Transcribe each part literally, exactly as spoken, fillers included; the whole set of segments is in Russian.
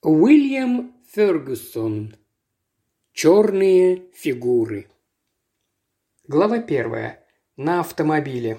Уильям Фергюсон. Черные фигуры. Глава первая. На автомобиле.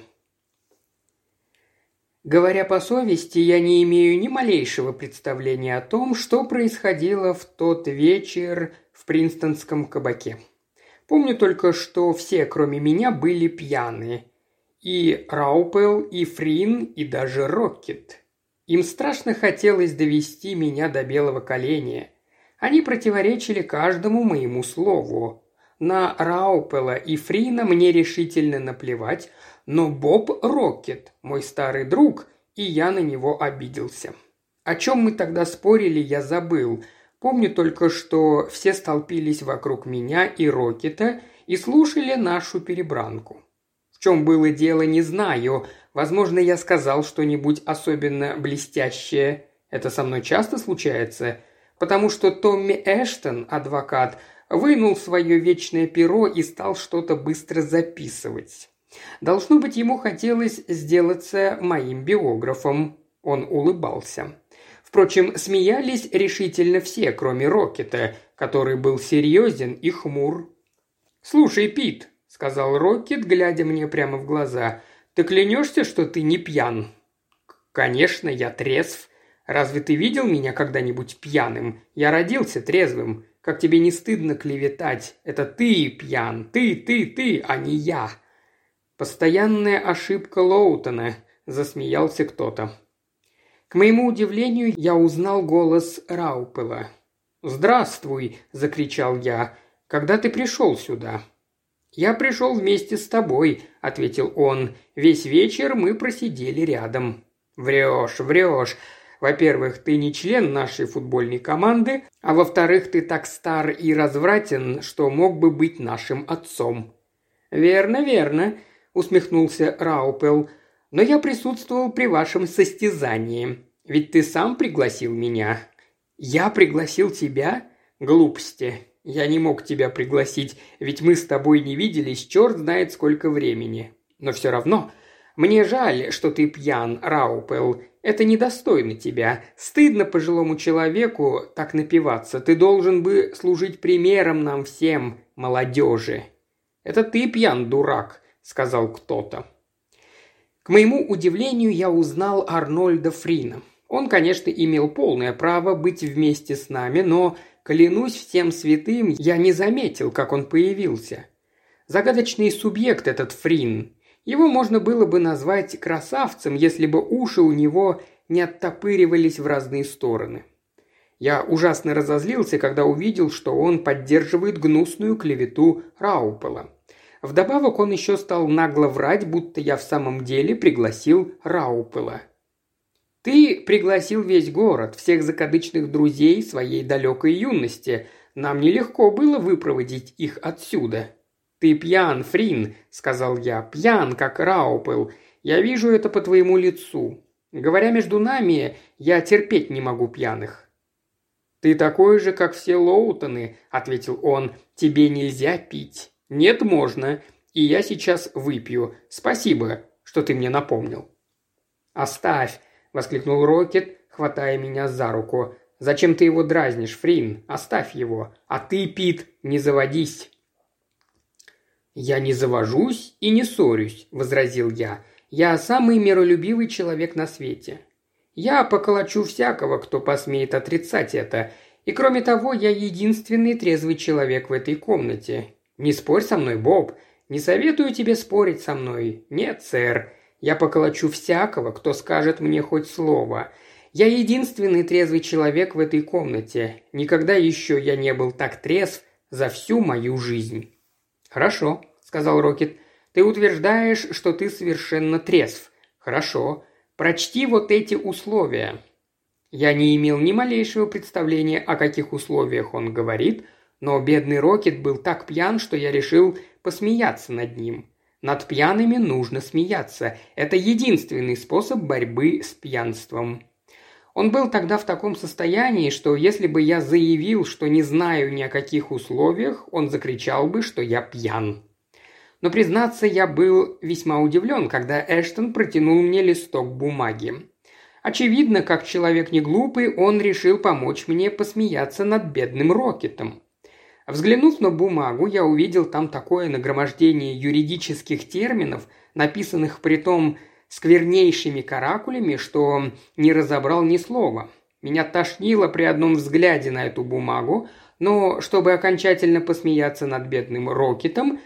Говоря по совести, я не имею ни малейшего представления о том, что происходило в тот вечер в принстонском кабаке. Помню только, что все, кроме меня, были пьяны. И Раупел, и Фрин, и даже Рокет. Им страшно хотелось довести меня до белого коленя. Они противоречили каждому моему слову. На Раупела и Фрина мне решительно наплевать, но Боб Рокет, мой старый друг, и я на него обиделся. О чем мы тогда спорили, я забыл. Помню только, что все столпились вокруг меня и Рокета и слушали нашу перебранку. В чем было дело, не знаю. Возможно, я сказал что-нибудь особенно блестящее. Это со мной часто случается, потому что Томми Эштон, адвокат, вынул свое вечное перо и стал что-то быстро записывать. Должно быть, ему хотелось сделаться моим биографом. Он улыбался. Впрочем, смеялись решительно все, кроме Рокета, который был серьезен и хмур. «Слушай, Пит», — сказал Рокет, глядя мне прямо в глаза, — «ты клянешься, что ты не пьян?» «Конечно, я трезв. Разве ты видел меня когда-нибудь пьяным? Я родился трезвым. Как тебе не стыдно клеветать? Это ты пьян. Ты, ты, ты, а не я». «Постоянная ошибка Лоутона», – засмеялся кто-то. К моему удивлению, я узнал голос Раупела. «Здравствуй», – закричал я. «Когда ты пришел сюда?» «Я пришел вместе с тобой», – ответил он. «Весь вечер мы просидели рядом». «Врешь, врешь. Во-первых, ты не член нашей футбольной команды, а во-вторых, ты так стар и развратен, что мог бы быть нашим отцом». «Верно, верно», – усмехнулся Раупел. «Но я присутствовал при вашем состязании. Ведь ты сам пригласил меня». «Я пригласил тебя? Глупости. Я не мог тебя пригласить, ведь мы с тобой не виделись черт знает сколько времени. Но все равно, мне жаль, что ты пьян, Раупел. Это недостойно тебя. Стыдно пожилому человеку так напиваться. Ты должен бы служить примером нам всем, молодежи». «Это ты пьян, дурак», — сказал кто-то. К моему удивлению, я узнал Арнольда Фрина. Он, конечно, имел полное право быть вместе с нами, но, клянусь всем святым, я не заметил, как он появился. Загадочный субъект этот Фрин. Его можно было бы назвать красавцем, если бы уши у него не оттопыривались в разные стороны. Я ужасно разозлился, когда увидел, что он поддерживает гнусную клевету Раупела. Вдобавок он еще стал нагло врать, будто я в самом деле пригласил Раупела. «Ты пригласил весь город, всех закадычных друзей своей далекой юности. Нам нелегко было выпроводить их отсюда». «Ты пьян, Фрин», — сказал я, — «пьян, как Раупел. Я вижу это по твоему лицу. Говоря между нами, я терпеть не могу пьяных». «Ты такой же, как все Лоутоны», — ответил он, — «тебе нельзя пить». «Нет, можно, и я сейчас выпью. Спасибо, что ты мне напомнил». «Оставь», — воскликнул Рокет, хватая меня за руку. «Зачем ты его дразнишь, Фрин? Оставь его. А ты, Пит, не заводись». «Я не завожусь и не ссорюсь», — возразил я. «Я самый миролюбивый человек на свете. Я поколочу всякого, кто посмеет отрицать это. И кроме того, я единственный трезвый человек в этой комнате. Не спорь со мной, Боб. Не советую тебе спорить со мной. Нет, сэр. Я поколочу всякого, кто скажет мне хоть слово. Я единственный трезвый человек в этой комнате. Никогда еще я не был так трезв за всю мою жизнь». «Хорошо», — сказал Рокет. «Ты утверждаешь, что ты совершенно трезв. Хорошо. Прочти вот эти условия». Я не имел ни малейшего представления, о каких условиях он говорит, но бедный Рокет был так пьян, что я решил посмеяться над ним. Над пьяными нужно смеяться. Это единственный способ борьбы с пьянством. Он был тогда в таком состоянии, что если бы я заявил, что не знаю ни о каких условиях, он закричал бы, что я пьян. Но, признаться, я был весьма удивлен, когда Эштон протянул мне листок бумаги. Очевидно, как человек не глупый, он решил помочь мне посмеяться над бедным Рокетом. Взглянув на бумагу, я увидел там такое нагромождение юридических терминов, написанных притом сквернейшими каракулями, что не разобрал ни слова. Меня тошнило при одном взгляде на эту бумагу, но чтобы окончательно посмеяться над бедным Рокетом,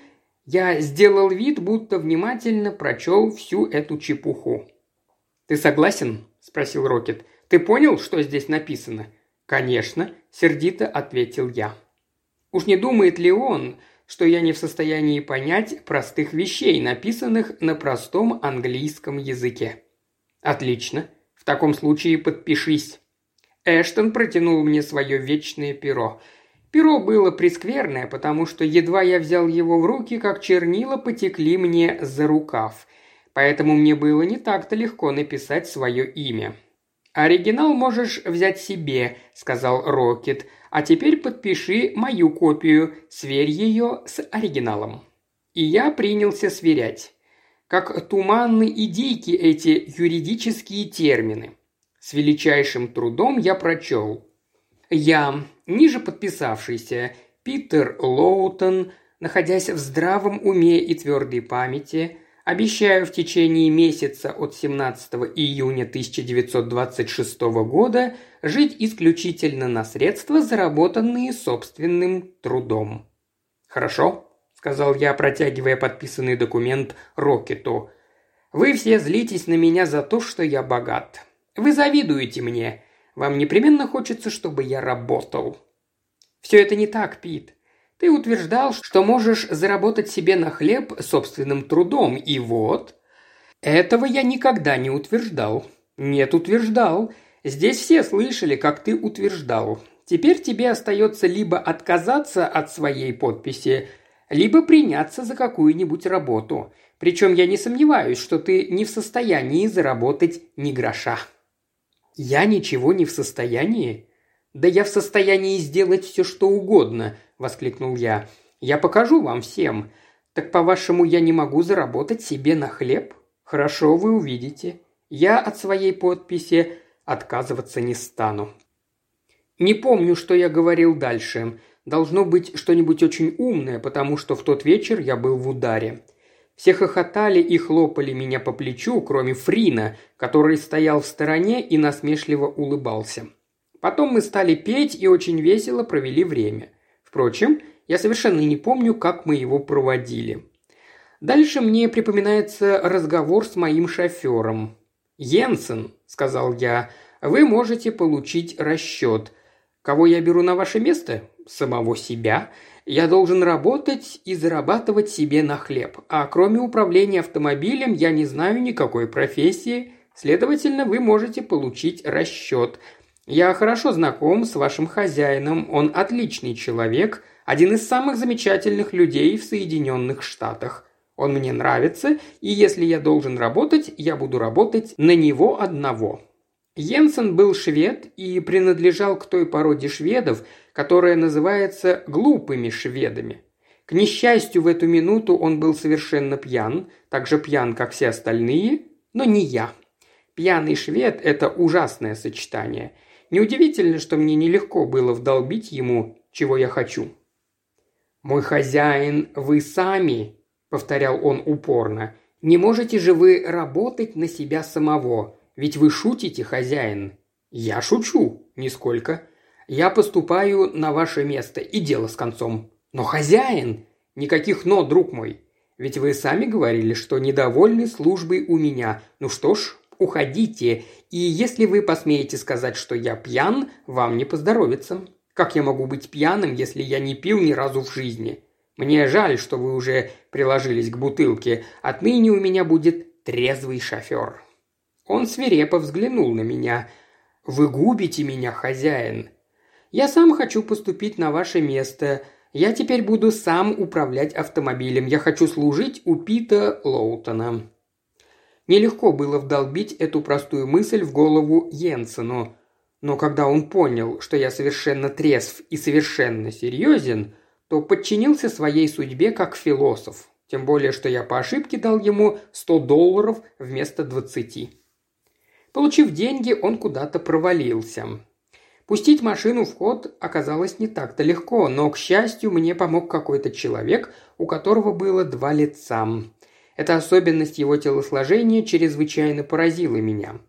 я сделал вид, будто внимательно прочел всю эту чепуху. «Ты согласен?» – спросил Рокет. «Ты понял, что здесь написано?» «Конечно», – сердито ответил я. Уж не думает ли он, что я не в состоянии понять простых вещей, написанных на простом английском языке? «Отлично. В таком случае подпишись». Эштон протянул мне свое вечное перо. Перо было прескверное, потому что едва я взял его в руки, как чернила потекли мне за рукав. Поэтому мне было не так-то легко написать свое имя. «Оригинал можешь взять себе», – сказал Рокет. «А теперь подпиши мою копию, сверь ее с оригиналом». И я принялся сверять. Как туманны и дики эти юридические термины. С величайшим трудом я прочел. Я, ниже подписавшийся, Питер Лоутон, находясь в здравом уме и твердой памяти, обещаю в течение месяца от семнадцатого июня тысяча девятьсот двадцать шестого года жить исключительно на средства, заработанные собственным трудом. «Хорошо», – сказал я, протягивая подписанный документ Рокету. «Вы все злитесь на меня за то, что я богат. Вы завидуете мне. Вам непременно хочется, чтобы я работал». «Все это не так, Пит. Ты утверждал, что можешь заработать себе на хлеб собственным трудом, и вот...» «Этого я никогда не утверждал». «Нет, утверждал. Здесь все слышали, как ты утверждал. Теперь тебе остается либо отказаться от своей подписи, либо приняться за какую-нибудь работу. Причем я не сомневаюсь, что ты не в состоянии заработать ни гроша». «Я ничего не в состоянии?» «Да я в состоянии сделать все, что угодно», – воскликнул я. «Я покажу вам всем. Так, по-вашему, я не могу заработать себе на хлеб? Хорошо, вы увидите. Я от своей подписи отказываться не стану». Не помню, что я говорил дальше. Должно быть что-нибудь очень умное, потому что в тот вечер я был в ударе. Все хохотали и хлопали меня по плечу, кроме Фрина, который стоял в стороне и насмешливо улыбался. Потом мы стали петь и очень весело провели время. Впрочем, я совершенно не помню, как мы его проводили. Дальше мне припоминается разговор с моим шофером. «Йенсен», – сказал я, – «вы можете получить расчет. Кого я беру на ваше место? Самого себя. Я должен работать и зарабатывать себе на хлеб. А кроме управления автомобилем я не знаю никакой профессии. Следовательно, вы можете получить расчет. Я хорошо знаком с вашим хозяином. Он отличный человек, один из самых замечательных людей в Соединенных Штатах. Он мне нравится, и если я должен работать, я буду работать на него одного». Йенсен был швед и принадлежал к той породе шведов, которая называется глупыми шведами. К несчастью, в эту минуту он был совершенно пьян, так же пьян, как все остальные, но не я. Пьяный швед – это ужасное сочетание. Неудивительно, что мне нелегко было вдолбить ему, чего я хочу. «Мой хозяин, вы сами», – повторял он упорно. «Не можете же вы работать на себя самого? Ведь вы шутите, хозяин». «Я шучу, нисколько. Я поступаю на ваше место, и дело с концом». «Но, хозяин!» «Никаких «но», друг мой. Ведь вы сами говорили, что недовольны службой у меня. Ну что ж, уходите, и если вы посмеете сказать, что я пьян, вам не поздоровится. Как я могу быть пьяным, если я не пил ни разу в жизни? Мне жаль, что вы уже приложились к бутылке. Отныне у меня будет трезвый шофер». Он свирепо взглянул на меня. «Вы губите меня, хозяин. Я сам хочу поступить на ваше место. Я теперь буду сам управлять автомобилем. Я хочу служить у Пита Лоутона». Нелегко было вдолбить эту простую мысль в голову Йенсену. Но когда он понял, что я совершенно трезв и совершенно серьезен, то подчинился своей судьбе как философ. Тем более, что я по ошибке дал ему сто долларов вместо двадцати. Получив деньги, он куда-то провалился. Пустить машину в ход оказалось не так-то легко, но, к счастью, мне помог какой-то человек, у которого было два лица. Эта особенность его телосложения чрезвычайно поразила меня.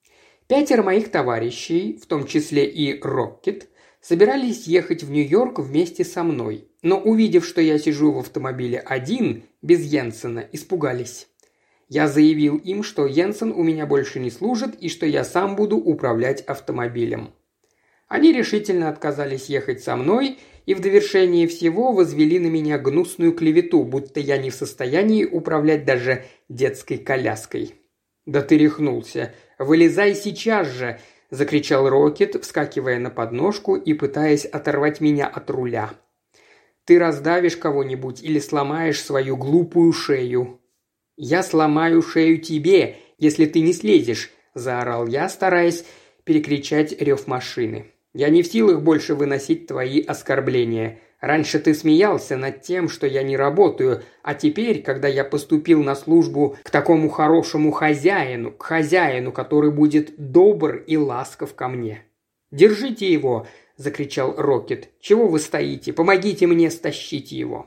Пятеро моих товарищей, в том числе и Роккет, собирались ехать в Нью-Йорк вместе со мной, но, увидев, что я сижу в автомобиле один, без Йенсена, испугались. Я заявил им, что Йенсен у меня больше не служит и что я сам буду управлять автомобилем. Они решительно отказались ехать со мной и в довершение всего возвели на меня гнусную клевету, будто я не в состоянии управлять даже детской коляской. «Да ты рехнулся! Вылезай сейчас же!» – закричал Рокет, вскакивая на подножку и пытаясь оторвать меня от руля. «Ты раздавишь кого-нибудь или сломаешь свою глупую шею». «Я сломаю шею тебе, если ты не слезешь!» – заорал я, стараясь перекричать рев машины. «Я не в силах больше выносить твои оскорбления. Раньше ты смеялся над тем, что я не работаю, а теперь, когда я поступил на службу к такому хорошему хозяину, к хозяину, который будет добр и ласков ко мне». «Держите его!» – закричал Рокет. «Чего вы стоите? Помогите мне стащить его!»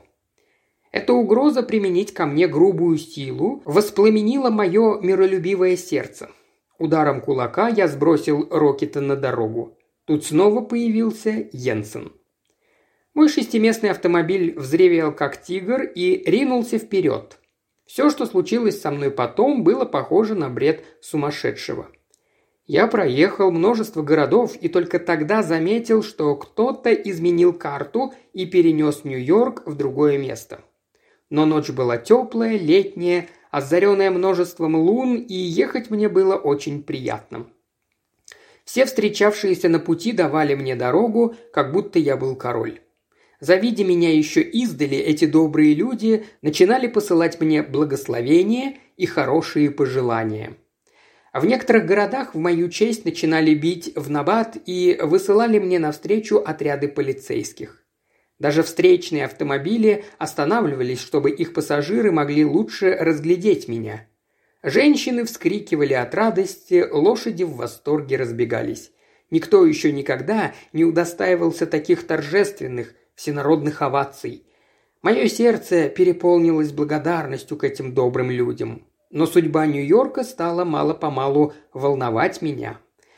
Эта угроза применить ко мне грубую силу воспламенила мое миролюбивое сердце. Ударом кулака я сбросил Рокета на дорогу. Тут снова появился Йенсен. Мой шестиместный автомобиль взревел как тигр и ринулся вперед. Все, что случилось со мной потом, было похоже на бред сумасшедшего. Я проехал множество городов и только тогда заметил, что кто-то изменил карту и перенес Нью-Йорк в другое место. Но ночь была теплая, летняя, озаренная множеством лун, и ехать мне было очень приятно. Все встречавшиеся на пути давали мне дорогу, как будто я был король. Завидя меня еще издали, эти добрые люди начинали посылать мне благословения и хорошие пожелания. В некоторых городах в мою честь начинали бить в набат и высылали мне навстречу отряды полицейских. Даже встречные автомобили останавливались, чтобы их пассажиры могли лучше разглядеть меня. Женщины вскрикивали от радости, лошади в восторге разбегались. Никто еще никогда не удостаивался таких торжественных, всенародных оваций. Мое сердце переполнилось благодарностью к этим добрым людям. Но судьба Нью-Йорка стала мало-помалу волновать меня.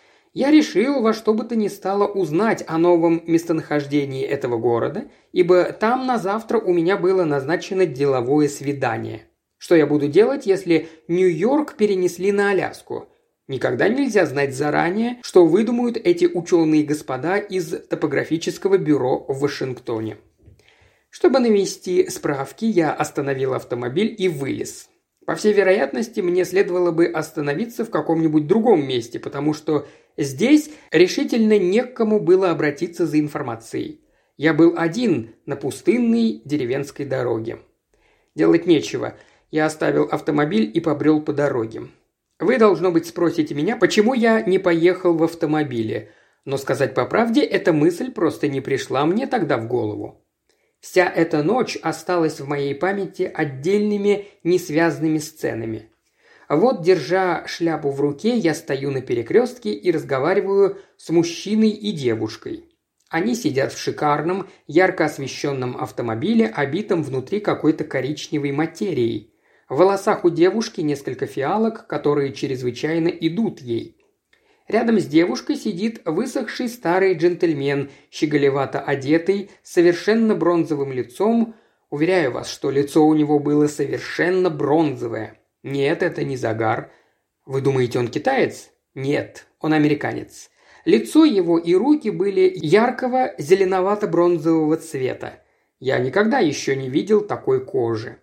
Я решил во что бы то ни стало узнать о новом местонахождении этого города, ибо там на завтра у меня было назначено деловое свидание. Что я буду делать, если Нью-Йорк перенесли на Аляску? Никогда нельзя знать заранее, что выдумают эти ученые господа из топографического бюро в Вашингтоне. Чтобы навести справки, я остановил автомобиль и вылез. По всей вероятности, мне следовало бы остановиться в каком-нибудь другом месте, потому что здесь решительно не к кому было обратиться за информацией. Я был один на пустынной деревенской дороге. Делать нечего. Я оставил автомобиль и побрел по дороге. Вы, должно быть, спросите меня, почему я не поехал в автомобиле. Но сказать по правде, эта мысль просто не пришла мне тогда в голову. Вся эта ночь осталась в моей памяти отдельными несвязанными сценами. Вот, держа шляпу в руке, я стою на перекрестке и разговариваю с мужчиной и девушкой. Они сидят в шикарном, ярко освещенном автомобиле, обитом внутри какой-то коричневой материей. В волосах у девушки несколько фиалок, которые чрезвычайно идут ей. Рядом с девушкой сидит высохший старый джентльмен, щеголевато одетый, с совершенно бронзовым лицом. Уверяю вас, что лицо у него было совершенно бронзовое. Нет, это не загар. Вы думаете, он китаец? Нет, он американец. Лицо его и руки были яркого зеленовато-бронзового цвета. Я никогда еще не видел такой кожи.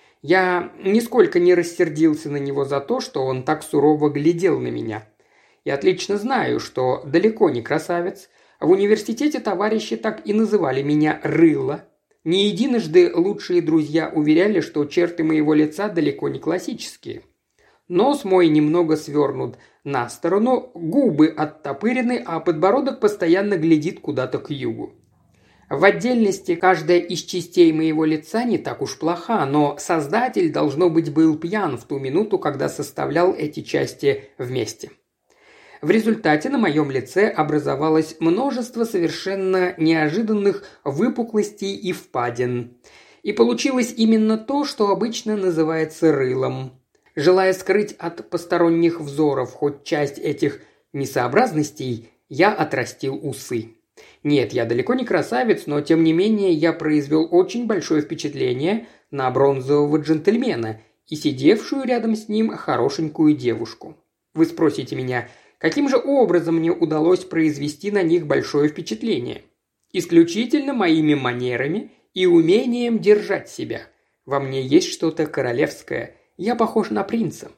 Я нисколько не рассердился на него за то, что он так сурово глядел на меня. Я отлично знаю, что далеко не красавец. В университете товарищи так и называли меня «рыло». Не единожды лучшие друзья уверяли, что черты моего лица далеко не классические. Нос мой немного свернут на сторону, губы оттопырены, а подбородок постоянно глядит куда-то к югу. В отдельности каждая из частей моего лица не так уж плоха, но создатель, должно быть, был пьян в ту минуту, когда составлял эти части вместе. В результате на моем лице образовалось множество совершенно неожиданных выпуклостей и впадин. И получилось именно то, что обычно называется рылом. Желая скрыть от посторонних взоров хоть часть этих несообразностей, я отрастил усы. Нет, я далеко не красавец, но тем не менее я произвел очень большое впечатление на бронзового джентльмена и сидевшую рядом с ним хорошенькую девушку. Вы спросите меня, каким же образом мне удалось произвести на них большое впечатление? Исключительно моими манерами и умением держать себя. Во мне есть что-то королевское. Я похож на принца.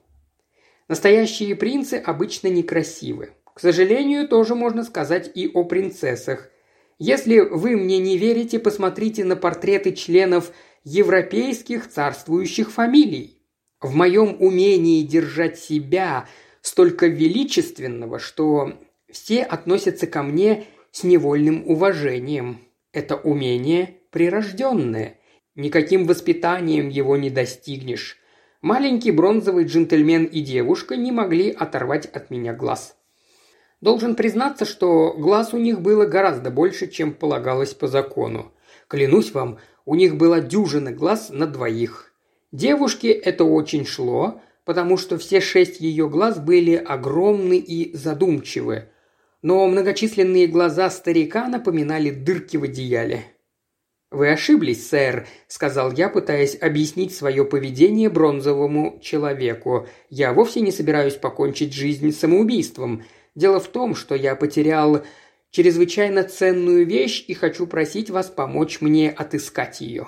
Настоящие принцы обычно некрасивы. К сожалению, тоже можно сказать и о принцессах. Если вы мне не верите, посмотрите на портреты членов европейских царствующих фамилий. В моем умении держать себя столько величественного, что все относятся ко мне с невольным уважением. Это умение прирожденное. Никаким воспитанием его не достигнешь. Маленький бронзовый джентльмен и девушка не могли оторвать от меня глаз. Должен признаться, что глаз у них было гораздо больше, чем полагалось по закону. Клянусь вам, у них была дюжина глаз на двоих. Девушке это очень шло, потому что все шесть ее глаз были огромны и задумчивы. Но многочисленные глаза старика напоминали дырки в одеяле. «Вы ошиблись, сэр», – сказал я, пытаясь объяснить свое поведение бронзовому человеку. «Я вовсе не собираюсь покончить жизнь самоубийством. Дело в том, что я потерял чрезвычайно ценную вещь и хочу просить вас помочь мне отыскать ее».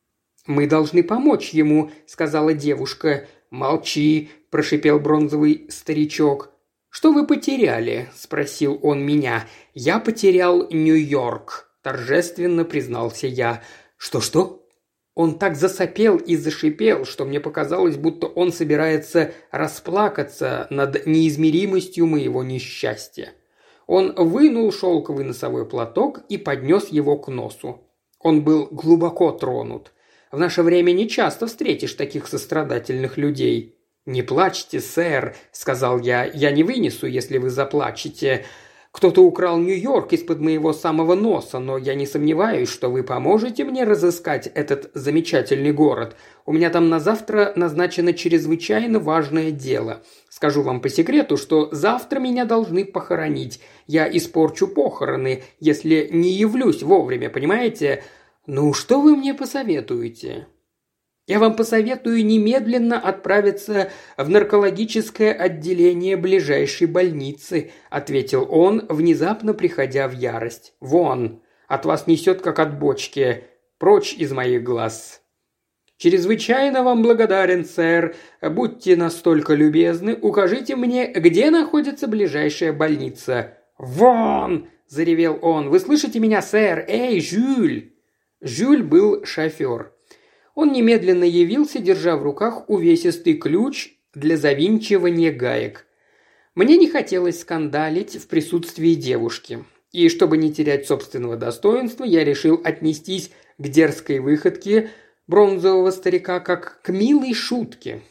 «Мы должны помочь ему», – сказала девушка. «Молчи», – прошипел бронзовый старичок. «Что вы потеряли?» – спросил он меня. «Я потерял Нью-Йорк», – торжественно признался я. «Что-что?» Он так засопел и зашипел, что мне показалось, будто он собирается расплакаться над неизмеримостью моего несчастья. Он вынул шелковый носовой платок и поднес его к носу. Он был глубоко тронут. В наше время не часто встретишь таких сострадательных людей. «Не плачьте, сэр», – сказал я, – «я не вынесу, если вы заплачете. Кто-то украл Нью-Йорк из-под моего самого носа, но я не сомневаюсь, что вы поможете мне разыскать этот замечательный город. У меня там на завтра назначено чрезвычайно важное дело. Скажу вам по секрету, что завтра меня должны похоронить. Я испорчу похороны, если не явлюсь вовремя, понимаете? Ну, что вы мне посоветуете?» «Я вам посоветую немедленно отправиться в наркологическое отделение ближайшей больницы», – ответил он, внезапно приходя в ярость. «Вон, от вас несет, как от бочки. Прочь из моих глаз». «Чрезвычайно вам благодарен, сэр. Будьте настолько любезны, укажите мне, где находится ближайшая больница». «Вон!» – заревел он. «Вы слышите меня, сэр? Эй, Жюль!» Жюль был шофер. Он немедленно явился, держа в руках увесистый ключ для завинчивания гаек. Мне не хотелось скандалить в присутствии девушки. И чтобы не терять собственного достоинства, я решил отнестись к дерзкой выходке бронзового старика как к милой шутке.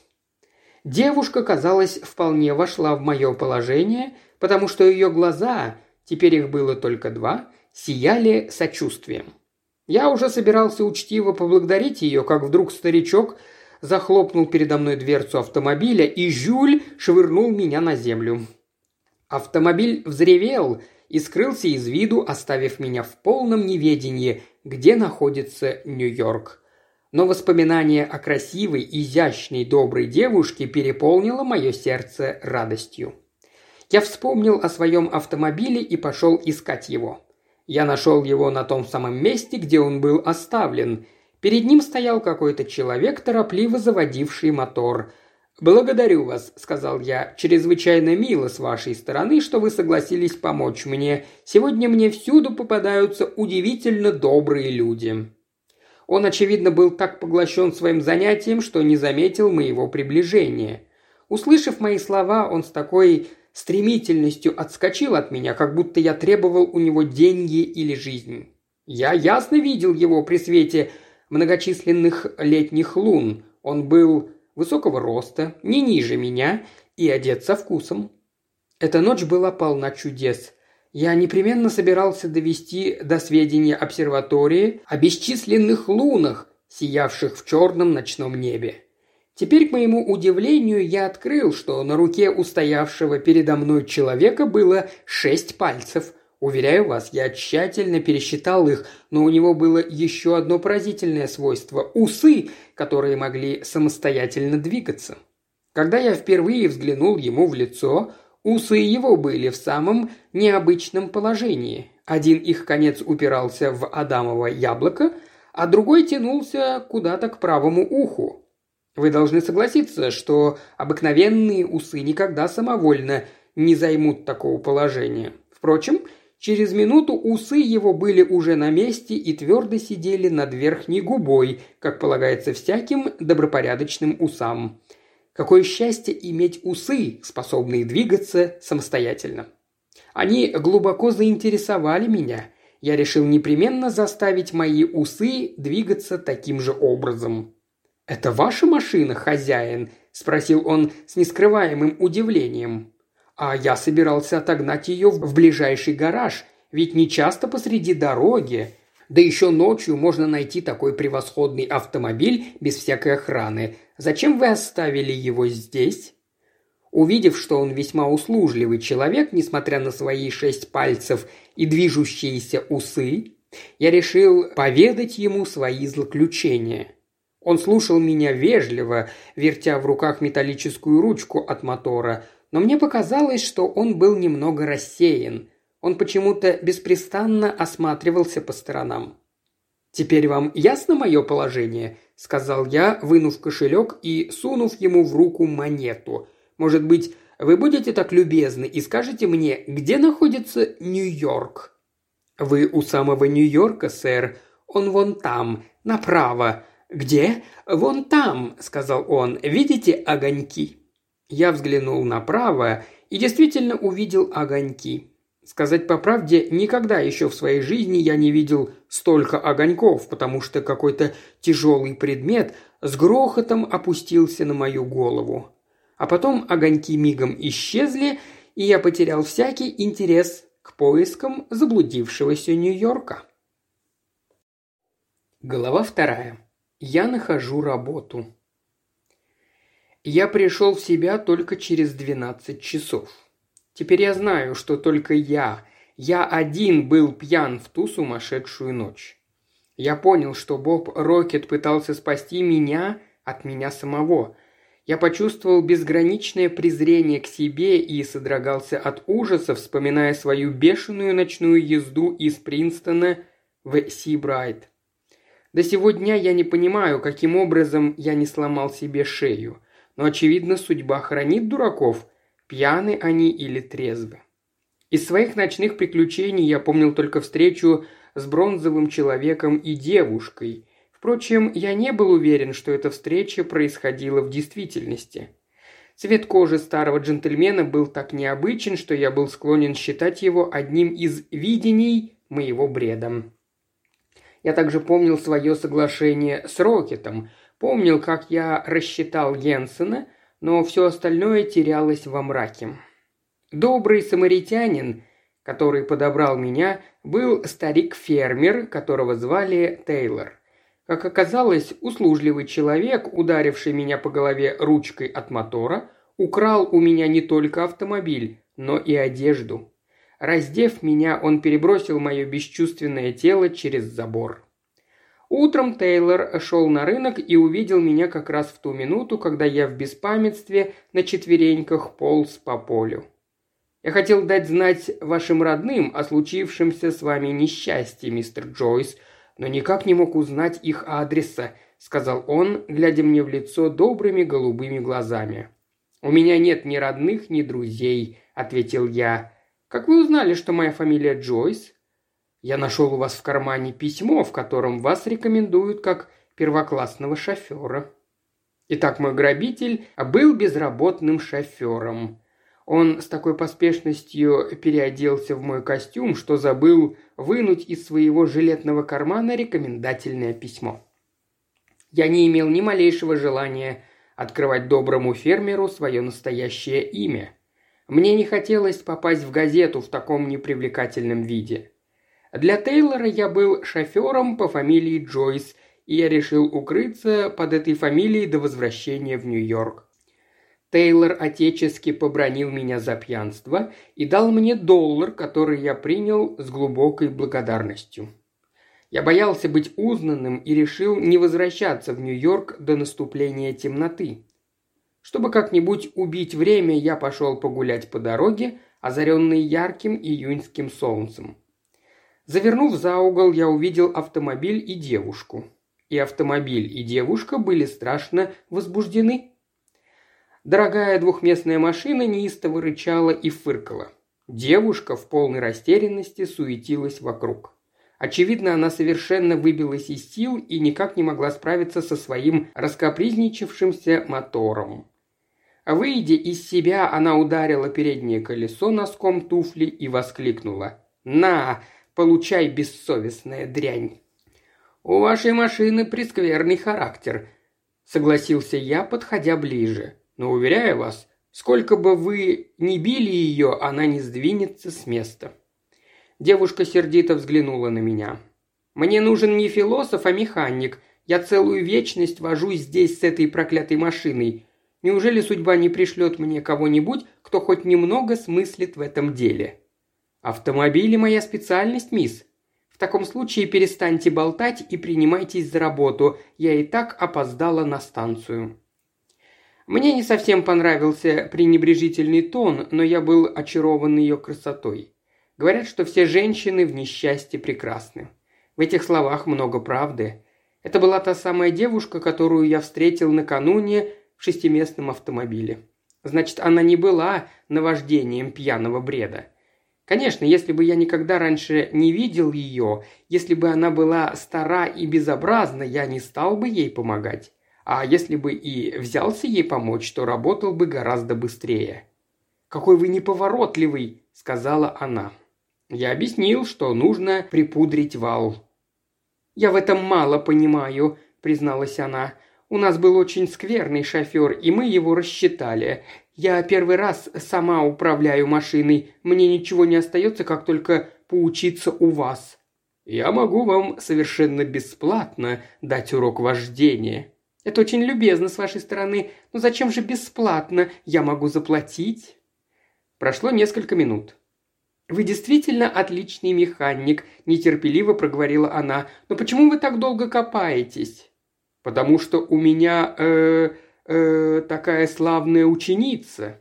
Девушка, казалось, вполне вошла в мое положение, потому что ее глаза, теперь их было только два, сияли сочувствием. Я уже собирался учтиво поблагодарить ее, как вдруг старичок захлопнул передо мной дверцу автомобиля, и Жюль швырнул меня на землю. Автомобиль взревел и скрылся из виду, оставив меня в полном неведении, где находится Нью-Йорк. Но воспоминание о красивой, изящной, доброй девушке переполнило мое сердце радостью. Я вспомнил о своем автомобиле и пошел искать его. Я нашел его на том самом месте, где он был оставлен. Перед ним стоял какой-то человек, торопливо заводивший мотор. «Благодарю вас», – сказал я, – «чрезвычайно мило с вашей стороны, что вы согласились помочь мне. Сегодня мне всюду попадаются удивительно добрые люди». Он, очевидно, был так поглощен своим занятием, что не заметил моего приближения. Услышав мои слова, он с такой стремительностью отскочил от меня, как будто я требовал у него деньги или жизнь. Я ясно видел его при свете многочисленных летних лун. Он был высокого роста, не ниже меня, и одет со вкусом. Эта ночь была полна чудес. Я непременно собирался довести до сведения обсерватории о бесчисленных лунах, сиявших в черном ночном небе. Теперь, к моему удивлению, я открыл, что на руке устоявшего передо мной человека было шесть пальцев. Уверяю вас, я тщательно пересчитал их, но у него было еще одно поразительное свойство – усы, которые могли самостоятельно двигаться. Когда я впервые взглянул ему в лицо, усы его были в самом необычном положении. Один их конец упирался в адамово яблоко, а другой тянулся куда-то к правому уху. Вы должны согласиться, что обыкновенные усы никогда самовольно не займут такого положения. Впрочем, через минуту усы его были уже на месте и твердо сидели над верхней губой, как полагается всяким добропорядочным усам. Какое счастье иметь усы, способные двигаться самостоятельно. Они глубоко заинтересовали меня. Я решил непременно заставить мои усы двигаться таким же образом. «Это ваша машина, хозяин?» – спросил он с нескрываемым удивлением. «А я собирался отогнать ее в ближайший гараж, ведь не часто посреди дороги. Да еще ночью можно найти такой превосходный автомобиль без всякой охраны. Зачем вы оставили его здесь?» Увидев, что он весьма услужливый человек, несмотря на свои шесть пальцев и движущиеся усы, я решил поведать ему свои злоключения. Он слушал меня вежливо, вертя в руках металлическую ручку от мотора, но мне показалось, что он был немного рассеян. Он почему-то беспрестанно осматривался по сторонам. «Теперь вам ясно мое положение?» – сказал я, вынув кошелек и сунув ему в руку монету. «Может быть, вы будете так любезны и скажете мне, где находится Нью-Йорк?» «Вы у самого Нью-Йорка, сэр. Он вон там, направо». «Где?» «Вон там», – сказал он. «Видите огоньки?» Я взглянул направо и действительно увидел огоньки. Сказать по правде, никогда еще в своей жизни я не видел столько огоньков, потому что какой-то тяжелый предмет с грохотом опустился на мою голову. А потом огоньки мигом исчезли, и я потерял всякий интерес к поискам заблудившегося Нью-Йорка. Глава вторая. Я нахожу работу. Я пришел в себя только через двенадцать часов. Теперь я знаю, что только я, я один был пьян в ту сумасшедшую ночь. Я понял, что Боб Рокет пытался спасти меня от меня самого. Я почувствовал безграничное презрение к себе и содрогался от ужаса, вспоминая свою бешеную ночную езду из Принстона в Сибрайт. До сего дня я не понимаю, каким образом я не сломал себе шею. Но, очевидно, судьба хранит дураков, пьяны они или трезвы. Из своих ночных приключений я помнил только встречу с бронзовым человеком и девушкой. Впрочем, я не был уверен, что эта встреча происходила в действительности. Цвет кожи старого джентльмена был так необычен, что я был склонен считать его одним из видений моего бреда. Я также помнил свое соглашение с Рокетом, помнил, как я рассчитал Йенсена, но все остальное терялось во мраке. Добрый самаритянин, который подобрал меня, был старик-фермер, которого звали Тейлор. Как оказалось, услужливый человек, ударивший меня по голове ручкой от мотора, украл у меня не только автомобиль, но и одежду. Раздев меня, он перебросил мое бесчувственное тело через забор. Утром Тейлор шел на рынок и увидел меня как раз в ту минуту, когда я в беспамятстве на четвереньках полз по полю. «Я хотел дать знать вашим родным о случившемся с вами несчастье, мистер Джойс, но никак не мог узнать их адреса», — сказал он, глядя мне в лицо добрыми голубыми глазами. «У меня нет ни родных, ни друзей», — ответил я. «Как вы узнали, что моя фамилия Джойс?» «Я нашел у вас в кармане письмо, в котором вас рекомендуют как первоклассного шофера». Итак, мой грабитель был безработным шофером. Он с такой поспешностью переоделся в мой костюм, что забыл вынуть из своего жилетного кармана рекомендательное письмо. Я не имел ни малейшего желания открывать доброму фермеру свое настоящее имя. Мне не хотелось попасть в газету в таком непривлекательном виде. Для Тейлора я был шофером по фамилии Джойс, и я решил укрыться под этой фамилией до возвращения в Нью-Йорк. Тейлор отечески побранил меня за пьянство и дал мне доллар, который я принял с глубокой благодарностью. Я боялся быть узнанным и решил не возвращаться в Нью-Йорк до наступления темноты. Чтобы как-нибудь убить время, я пошел погулять по дороге, озаренной ярким июньским солнцем. Завернув за угол, я увидел автомобиль и девушку. И автомобиль, и девушка были страшно возбуждены. Дорогая двухместная машина неистово рычала и фыркала. Девушка в полной растерянности суетилась вокруг. Очевидно, она совершенно выбилась из сил и никак не могла справиться со своим раскапризничавшимся мотором. Выйдя из себя, она ударила переднее колесо носком туфли и воскликнула: «На, получай, бессовестная дрянь!» «У вашей машины прескверный характер», — согласился я, подходя ближе. «Но, уверяю вас, сколько бы вы ни били ее, она не сдвинется с места». Девушка сердито взглянула на меня. «Мне нужен не философ, а механик. Я целую вечность вожусь здесь с этой проклятой машиной. Неужели судьба не пришлет мне кого-нибудь, кто хоть немного смыслит в этом деле?» «Автомобили – моя специальность, мисс. В таком случае перестаньте болтать и принимайтесь за работу. Я и так опоздала на станцию». Мне не совсем понравился пренебрежительный тон, но я был очарован ее красотой. Говорят, что все женщины в несчастье прекрасны. В этих словах много правды. Это была та самая девушка, которую я встретил накануне в шестиместном автомобиле. Значит, она не была наваждением пьяного бреда. Конечно, если бы я никогда раньше не видел ее, если бы она была стара и безобразна, я не стал бы ей помогать. А если бы и взялся ей помочь, то работал бы гораздо быстрее. «Какой вы неповоротливый», — сказала она. Я объяснил, что нужно припудрить вал. «Я в этом мало понимаю», — призналась она. «У нас был очень скверный шофер, и мы его рассчитали. Я первый раз сама управляю машиной. Мне ничего не остается, как только поучиться у вас. Я могу вам совершенно бесплатно дать урок вождения». «Это очень любезно с вашей стороны. Но зачем же бесплатно? Я могу заплатить». Прошло несколько минут. «Вы действительно отличный механик», – нетерпеливо проговорила она. «Но почему вы так долго копаетесь?» «Потому что у меня, э, э, такая славная ученица».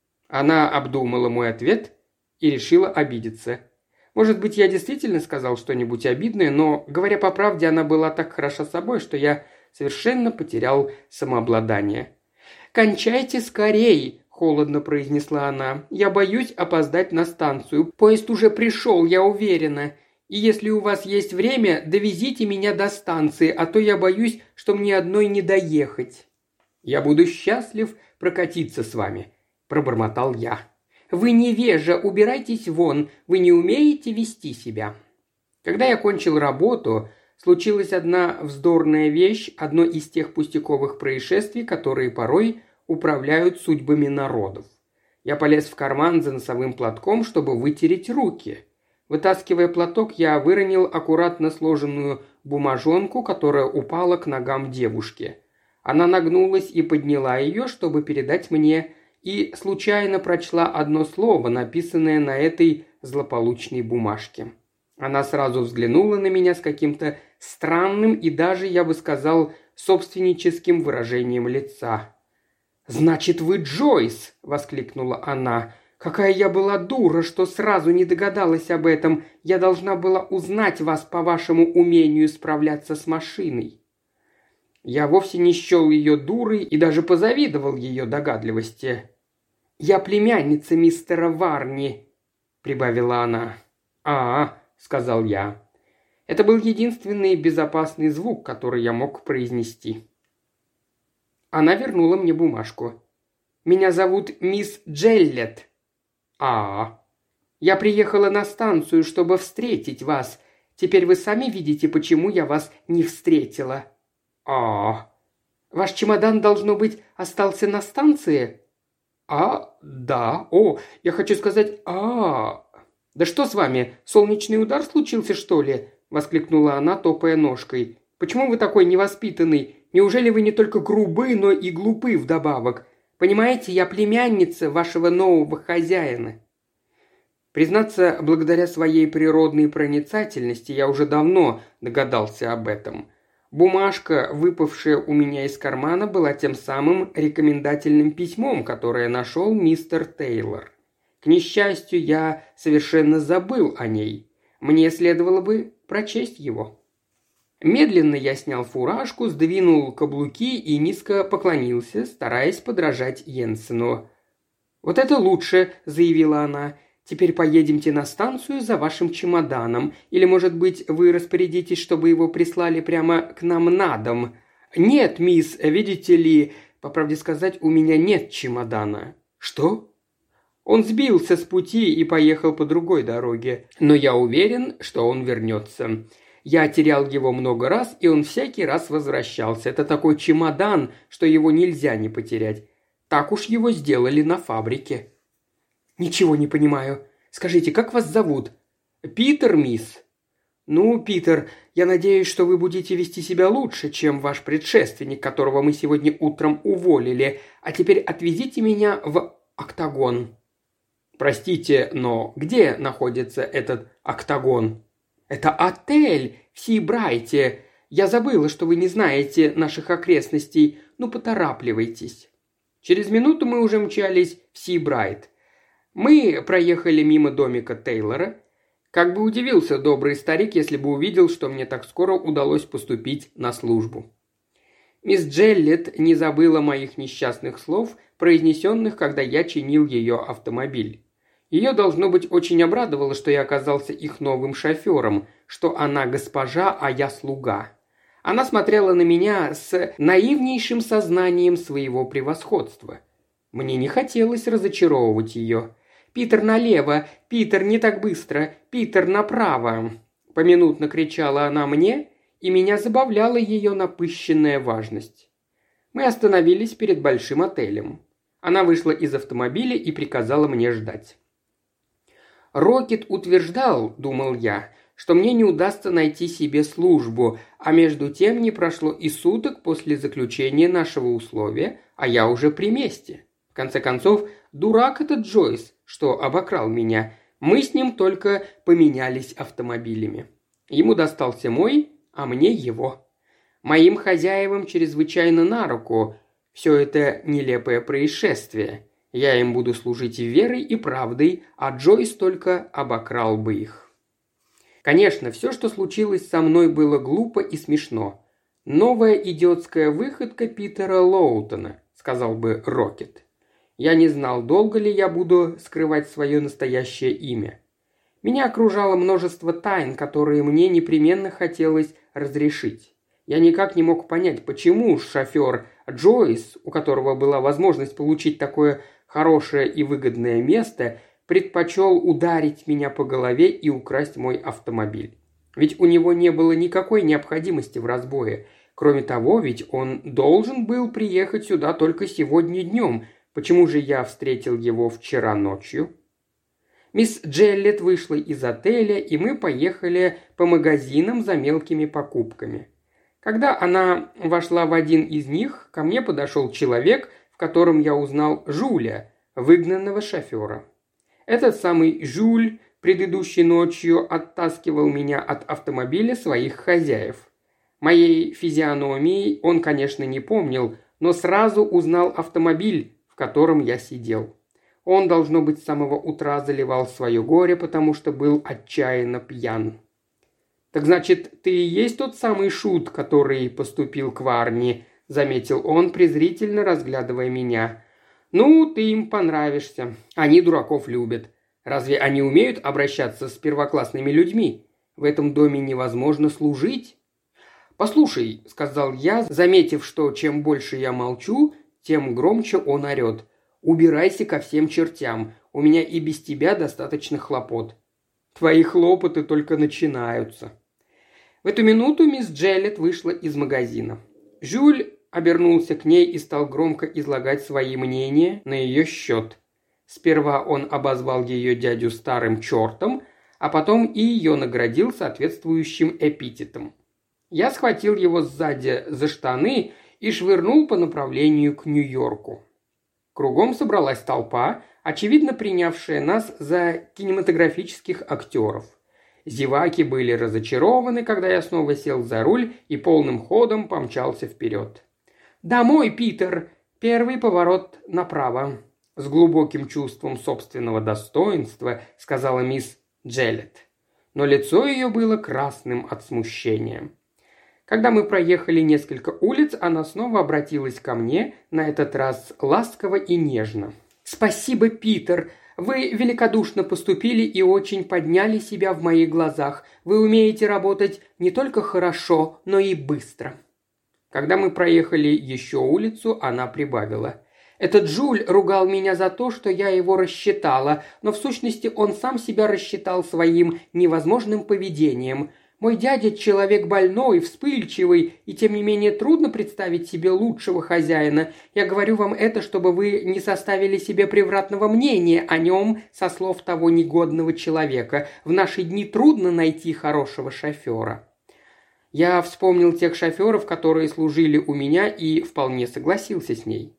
Она обдумала мой ответ и решила обидеться. Может быть, я действительно сказал что-нибудь обидное, но, говоря по правде, она была так хороша собой, что я совершенно потерял самообладание. «Кончайте скорей!» – холодно произнесла она. «Я боюсь опоздать на станцию. Поезд уже пришел, я уверена. И если у вас есть время, довезите меня до станции, а то я боюсь, что мне одной не доехать». «Я буду счастлив прокатиться с вами», – пробормотал я. «Вы невежа, убирайтесь вон, вы не умеете вести себя». Когда я кончил работу, случилась одна вздорная вещь, одно из тех пустяковых происшествий, которые порой управляют судьбами народов. Я полез в карман за носовым платком, чтобы вытереть руки. Вытаскивая платок, я выронил аккуратно сложенную бумажонку, которая упала к ногам девушки. Она нагнулась и подняла ее, чтобы передать мне, и случайно прочла одно слово, написанное на этой злополучной бумажке. Она сразу взглянула на меня с каким-то странным и даже, я бы сказал, собственническим выражением лица. «Значит, вы Джойс!» – воскликнула она. «Какая я была дура, что сразу не догадалась об этом. Я должна была узнать вас по вашему умению справляться с машиной». Я вовсе не счел ее дурой и даже позавидовал ее догадливости. «Я племянница мистера Варни», – прибавила она. «А-а», – сказал я. Это был единственный безопасный звук, который я мог произнести. Она вернула мне бумажку. «Меня зовут мисс Джеллет». «А-а». «Я приехала на станцию, чтобы встретить вас. Теперь вы сами видите, почему я вас не встретила». «А-а». «Ваш чемодан, должно быть, остался на станции?» «А, да, о, я хочу сказать, а, да что с вами, солнечный удар случился, что ли?» – воскликнула она, топая ножкой. «Почему вы такой невоспитанный? Неужели вы не только грубы, но и глупы вдобавок? Понимаете, я племянница вашего нового хозяина». Признаться, благодаря своей природной проницательности я уже давно догадался об этом. Бумажка, выпавшая у меня из кармана, была тем самым рекомендательным письмом, которое нашел мистер Тейлор. К несчастью, я совершенно забыл о ней. Мне следовало бы прочесть его. Медленно я снял фуражку, сдвинул каблуки и низко поклонился, стараясь подражать Йенсену. «Вот это лучше», – заявила она. «Теперь поедемте на станцию за вашим чемоданом. Или, может быть, вы распорядитесь, чтобы его прислали прямо к нам на дом?» «Нет, мисс, видите ли, по правде сказать, у меня нет чемодана». «Что?» «Он сбился с пути и поехал по другой дороге. Но я уверен, что он вернется. Я терял его много раз, и он всякий раз возвращался. Это такой чемодан, что его нельзя не потерять. Так уж его сделали на фабрике». «Ничего не понимаю. Скажите, как вас зовут?» «Питер, мисс». «Ну, Питер, я надеюсь, что вы будете вести себя лучше, чем ваш предшественник, которого мы сегодня утром уволили. А теперь отвезите меня в Октагон». «Простите, но где находится этот Октагон?» «Это отель в Сибрайте. Я забыла, что вы не знаете наших окрестностей. Ну, поторапливайтесь». Через минуту мы уже мчались в Сибрайт. Мы проехали мимо домика Тейлора. Как бы удивился добрый старик, если бы увидел, что мне так скоро удалось поступить на службу. Мисс Джеллет не забыла моих несчастных слов, произнесенных, когда я чинил ее автомобиль. Ее, должно быть, очень обрадовало, что я оказался их новым шофером, что она госпожа, а я слуга. Она смотрела на меня с наивнейшим сознанием своего превосходства. Мне не хотелось разочаровывать ее. «Питер налево! Питер, не так быстро! Питер направо!» Поминутно кричала она мне, и меня забавляла ее напыщенная важность. Мы остановились перед большим отелем. Она вышла из автомобиля и приказала мне ждать. Рокет утверждал, думал я, что мне не удастся найти себе службу, а между тем не прошло и суток после заключения нашего условия, а я уже при месте. В конце концов, дурак этот Джойс, что обокрал меня. Мы с ним только поменялись автомобилями. Ему достался мой, а мне его. Моим хозяевам чрезвычайно на руку все это нелепое происшествие. Я им буду служить верой и правдой, а Джойс только обокрал бы их. Конечно, все, что случилось со мной, было глупо и смешно. «Новая идиотская выходка Питера Лоутона», — сказал бы Рокет. Я не знал, долго ли я буду скрывать свое настоящее имя. Меня окружало множество тайн, которые мне непременно хотелось разрешить. Я никак не мог понять, почему шофер Джойс, у которого была возможность получить такое хорошее и выгодное место, предпочел ударить меня по голове и украсть мой автомобиль. Ведь у него не было никакой необходимости в разбое. Кроме того, ведь он должен был приехать сюда только сегодня днем. Почему же я встретил его вчера ночью? Мисс Джеллет вышла из отеля, и мы поехали по магазинам за мелкими покупками. Когда она вошла в один из них, ко мне подошел человек, в котором я узнал Жюля, выгнанного шофера. Этот самый Жюль предыдущей ночью оттаскивал меня от автомобиля своих хозяев. Моей физиономии он, конечно, не помнил, но сразу узнал автомобиль, в котором я сидел. Он, должно быть, с самого утра заливал свое горе, потому что был отчаянно пьян. «Так значит, ты и есть тот самый шут, который поступил к Варни», – заметил он, презрительно разглядывая меня. «Ну, ты им понравишься. Они дураков любят. Разве они умеют обращаться с первоклассными людьми? В этом доме невозможно служить». «Послушай», – сказал я, заметив, что чем больше я молчу, тем громче он орет. «Убирайся ко всем чертям. У меня и без тебя достаточно хлопот». «Твои хлопоты только начинаются». В эту минуту мисс Джеллет вышла из магазина. Жюль обернулся к ней и стал громко излагать свои мнения на ее счет. Сперва он обозвал ее дядю старым чертом, а потом и ее наградил соответствующим эпитетом. Я схватил его сзади за штаны и швырнул по направлению к Нью-Йорку. Кругом собралась толпа, очевидно принявшая нас за кинематографических актеров. Зеваки были разочарованы, когда я снова сел за руль и полным ходом помчался вперед. «Домой, Питер! Первый поворот направо!» С глубоким чувством собственного достоинства сказала мисс Джеллет. Но лицо ее было красным от смущения. Когда мы проехали несколько улиц, она снова обратилась ко мне, на этот раз ласково и нежно. «Спасибо, Питер. Вы великодушно поступили и очень подняли себя в моих глазах. Вы умеете работать не только хорошо, но и быстро». Когда мы проехали еще улицу, она прибавила. «Этот Жюль ругал меня за то, что я его рассчитала, но в сущности он сам себя рассчитал своим невозможным поведением. Мой дядя человек больной, вспыльчивый, и тем не менее трудно представить себе лучшего хозяина. Я говорю вам это, чтобы вы не составили себе превратного мнения о нем со слов того негодного человека. В наши дни трудно найти хорошего шофера». Я вспомнил тех шоферов, которые служили у меня, и вполне согласился с ней.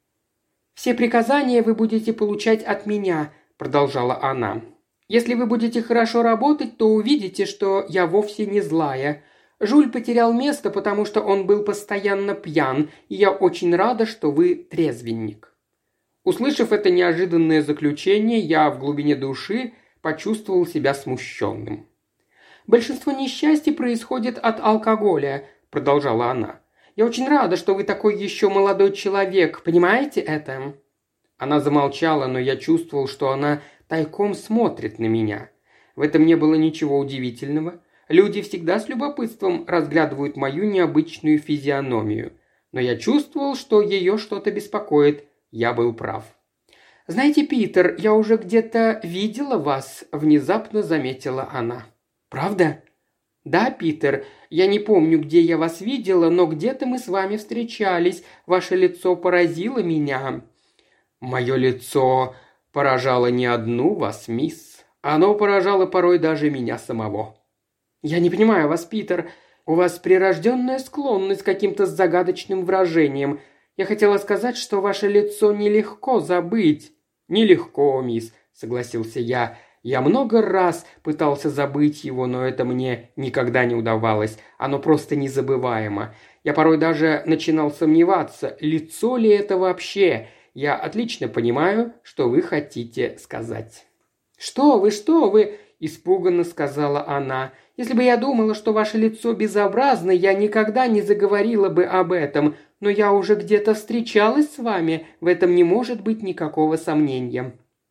«Все приказания вы будете получать от меня», – продолжала она. «Если вы будете хорошо работать, то увидите, что я вовсе не злая. Жюль потерял место, потому что он был постоянно пьян, и я очень рада, что вы трезвенник». Услышав это неожиданное заключение, я в глубине души почувствовал себя смущенным. «Большинство несчастий происходит от алкоголя», – продолжала она. «Я очень рада, что вы такой еще молодой человек, понимаете это?» Она замолчала, но я чувствовал, что она тайком смотрит на меня. В этом не было ничего удивительного. Люди всегда с любопытством разглядывают мою необычную физиономию. Но я чувствовал, что ее что-то беспокоит. Я был прав. «Знаете, Питер, я уже где-то видела вас», – внезапно заметила она. «Правда?» «Да, Питер, я не помню, где я вас видела, но где-то мы с вами встречались. Ваше лицо поразило меня». «Мое лицо поражало не одну вас, мисс. Оно поражало порой даже меня самого». «Я не понимаю вас, Питер. У вас прирожденная склонность к каким-то загадочным выражениям. Я хотела сказать, что ваше лицо нелегко забыть». «Нелегко, мисс», — согласился я. «Я много раз пытался забыть его, но это мне никогда не удавалось. Оно просто незабываемо. Я порой даже начинал сомневаться, лицо ли это вообще. Я отлично понимаю, что вы хотите сказать». «Что вы, что вы?» – испуганно сказала она. «Если бы я думала, что ваше лицо безобразно, я никогда не заговорила бы об этом. Но я уже где-то встречалась с вами, в этом не может быть никакого сомнения».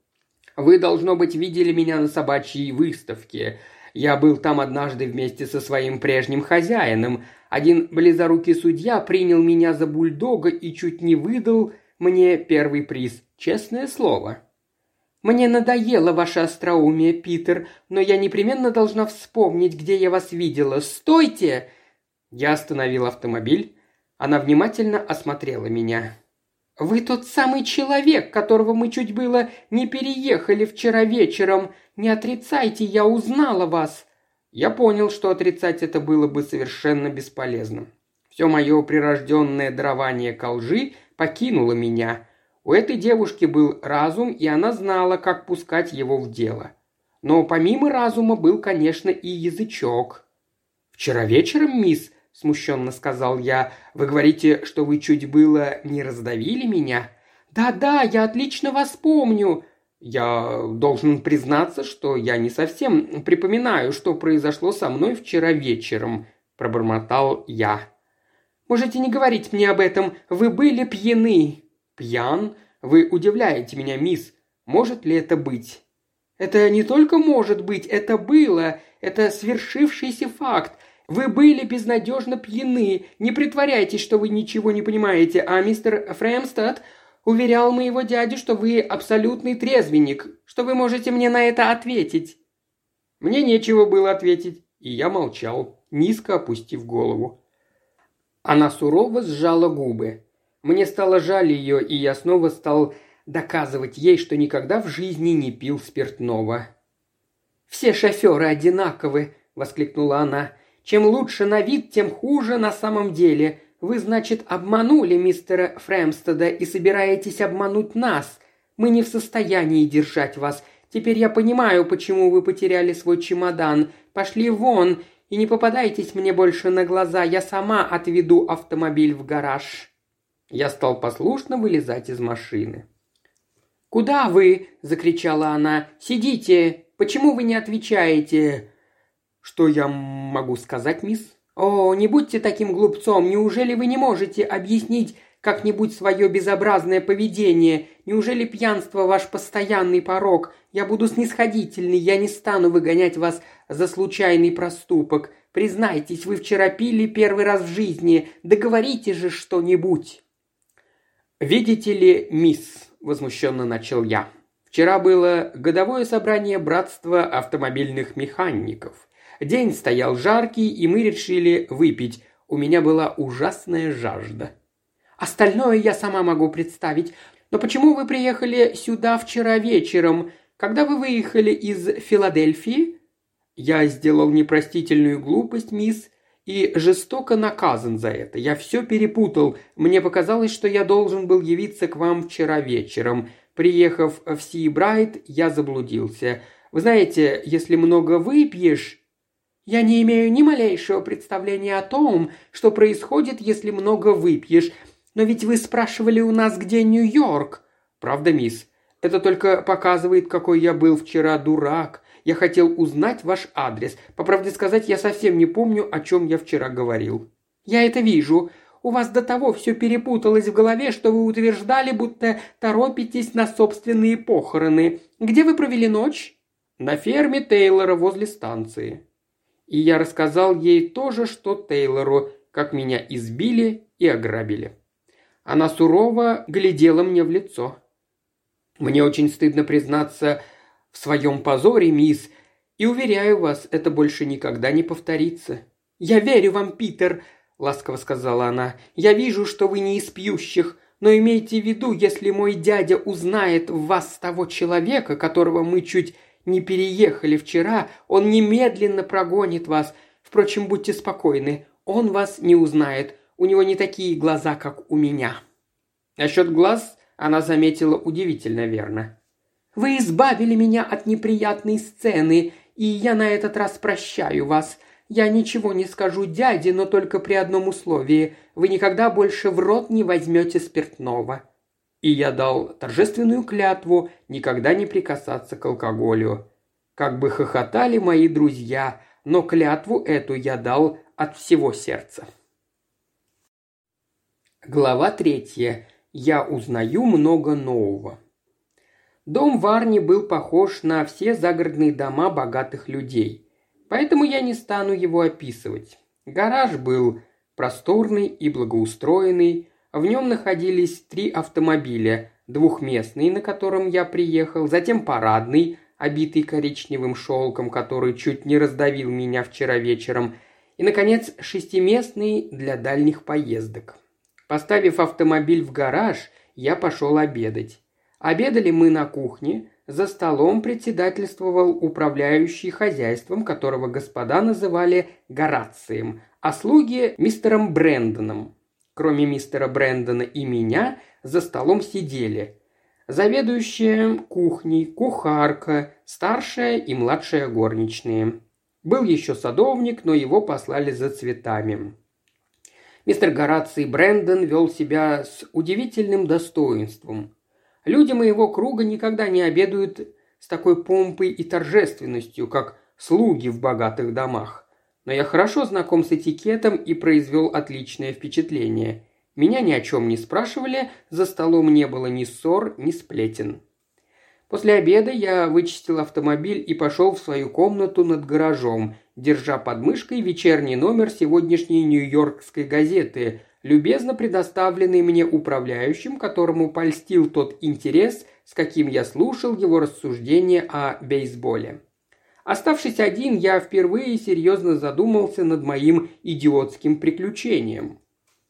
«Вы, должно быть, видели меня на собачьей выставке. Я был там однажды вместе со своим прежним хозяином. Один близорукий судья принял меня за бульдога и чуть не выдал мне первый приз. Честное слово». «Мне надоело ваше остроумие, Питер, но я непременно должна вспомнить, где я вас видела. Стойте!» Я остановил автомобиль. Она внимательно осмотрела меня. «Вы тот самый человек, которого мы чуть было не переехали вчера вечером. Не отрицайте, я узнала вас». Я понял, что отрицать это было бы совершенно бесполезно. Все мое прирожденное дарование ко лжи покинуло меня. У этой девушки был разум, и она знала, как пускать его в дело. Но помимо разума был, конечно, и язычок. «Вчера вечером, мисс», – смущенно сказал я, – «вы говорите, что вы чуть было не раздавили меня?» «Да-да, я отлично вас помню». «Я должен признаться, что я не совсем припоминаю, что произошло со мной вчера вечером», – пробормотал я. «Можете не говорить мне об этом, вы были пьяны». «Пьян? Вы удивляете меня, мисс. Может ли это быть?» «Это не только может быть, это было. Это свершившийся факт. Вы были безнадежно пьяны. Не притворяйтесь, что вы ничего не понимаете. А мистер Фрэмстед уверял моего дядю, что вы абсолютный трезвенник. Что вы можете мне на это ответить?» Мне нечего было ответить, и я молчал, низко опустив голову. Она сурово сжала губы. Мне стало жаль ее, и я снова стал доказывать ей, что никогда в жизни не пил спиртного. «Все шоферы одинаковы», – воскликнула она. «Чем лучше на вид, тем хуже на самом деле. Вы, значит, обманули мистера Фрэмстеда и собираетесь обмануть нас. Мы не в состоянии держать вас. Теперь я понимаю, почему вы потеряли свой чемодан. Пошли вон и не попадайтесь мне больше на глаза. Я сама отведу автомобиль в гараж». Я стал послушно вылезать из машины. «Куда вы?» – закричала она. «Сидите! Почему вы не отвечаете?» «Что я могу сказать, мисс?» «О, не будьте таким глупцом! Неужели вы не можете объяснить как-нибудь свое безобразное поведение? Неужели пьянство ваш постоянный порок? Я буду снисходительный, я не стану выгонять вас за случайный проступок. Признайтесь, вы вчера пили первый раз в жизни. Договорите же что-нибудь!» «Видите ли, мисс», – возмущенно начал я, – «вчера было годовое собрание Братства автомобильных механиков. День стоял жаркий, и мы решили выпить. У меня была ужасная жажда». «Остальное я сама могу представить. Но почему вы приехали сюда вчера вечером, когда вы выехали из Филадельфии?» «Я сделал непростительную глупость, мисс, и жестоко наказан за это. Я все перепутал. Мне показалось, что я должен был явиться к вам вчера вечером. Приехав в Сибрайт, я заблудился. Вы знаете, если много выпьешь...» «Я не имею ни малейшего представления о том, что происходит, если много выпьешь. Но ведь вы спрашивали у нас, где Нью-Йорк». «Правда, мисс? Это только показывает, какой я был вчера дурак. Я хотел узнать ваш адрес. По правде сказать, я совсем не помню, о чем я вчера говорил». «Я это вижу. У вас до того все перепуталось в голове, что вы утверждали, будто торопитесь на собственные похороны. Где вы провели ночь?» «На ферме Тейлора возле станции». И я рассказал ей то же, что Тейлору, как меня избили и ограбили. Она сурово глядела мне в лицо. «Мне очень стыдно признаться в своем позоре, мисс, и уверяю вас, это больше никогда не повторится». «Я верю вам, Питер», – ласково сказала она. «Я вижу, что вы не из пьющих, но имейте в виду, если мой дядя узнает в вас того человека, которого мы чуть не переехали вчера, он немедленно прогонит вас. Впрочем, будьте спокойны, он вас не узнает. У него не такие глаза, как у меня». Насчет глаз она заметила удивительно верно. «Вы избавили меня от неприятной сцены, и я на этот раз прощаю вас. Я ничего не скажу дяде, но только при одном условии. Вы никогда больше в рот не возьмете спиртного». И я дал торжественную клятву никогда не прикасаться к алкоголю. Как бы хохотали мои друзья, но клятву эту я дал от всего сердца. Глава третья. Я узнаю много нового. Дом Варни был похож на все загородные дома богатых людей, поэтому я не стану его описывать. Гараж был просторный и благоустроенный. В нем находились три автомобиля, двухместный, на котором я приехал, затем парадный, обитый коричневым шелком, который чуть не раздавил меня вчера вечером, и, наконец, шестиместный для дальних поездок. Поставив автомобиль в гараж, я пошел обедать. Обедали мы на кухне, за столом председательствовал управляющий хозяйством, которого господа называли Горацием, а слуги – мистером Брэндоном. Кроме мистера Брэндона и меня, за столом сидели заведующая кухней, кухарка, старшая и младшая горничные. Был еще садовник, но его послали за цветами. Мистер Гораций Брэндон вел себя с удивительным достоинством. Люди моего круга никогда не обедают с такой помпой и торжественностью, как слуги в богатых домах. Но я хорошо знаком с этикетом и произвел отличное впечатление. Меня ни о чем не спрашивали, за столом не было ни ссор, ни сплетен. После обеда я вычистил автомобиль и пошел в свою комнату над гаражом, держа под мышкой вечерний номер сегодняшней Нью-Йоркской газеты, любезно предоставленный мне управляющим, которому польстил тот интерес, с каким я слушал его рассуждения о бейсболе. Оставшись один, я впервые серьезно задумался над моим идиотским приключением.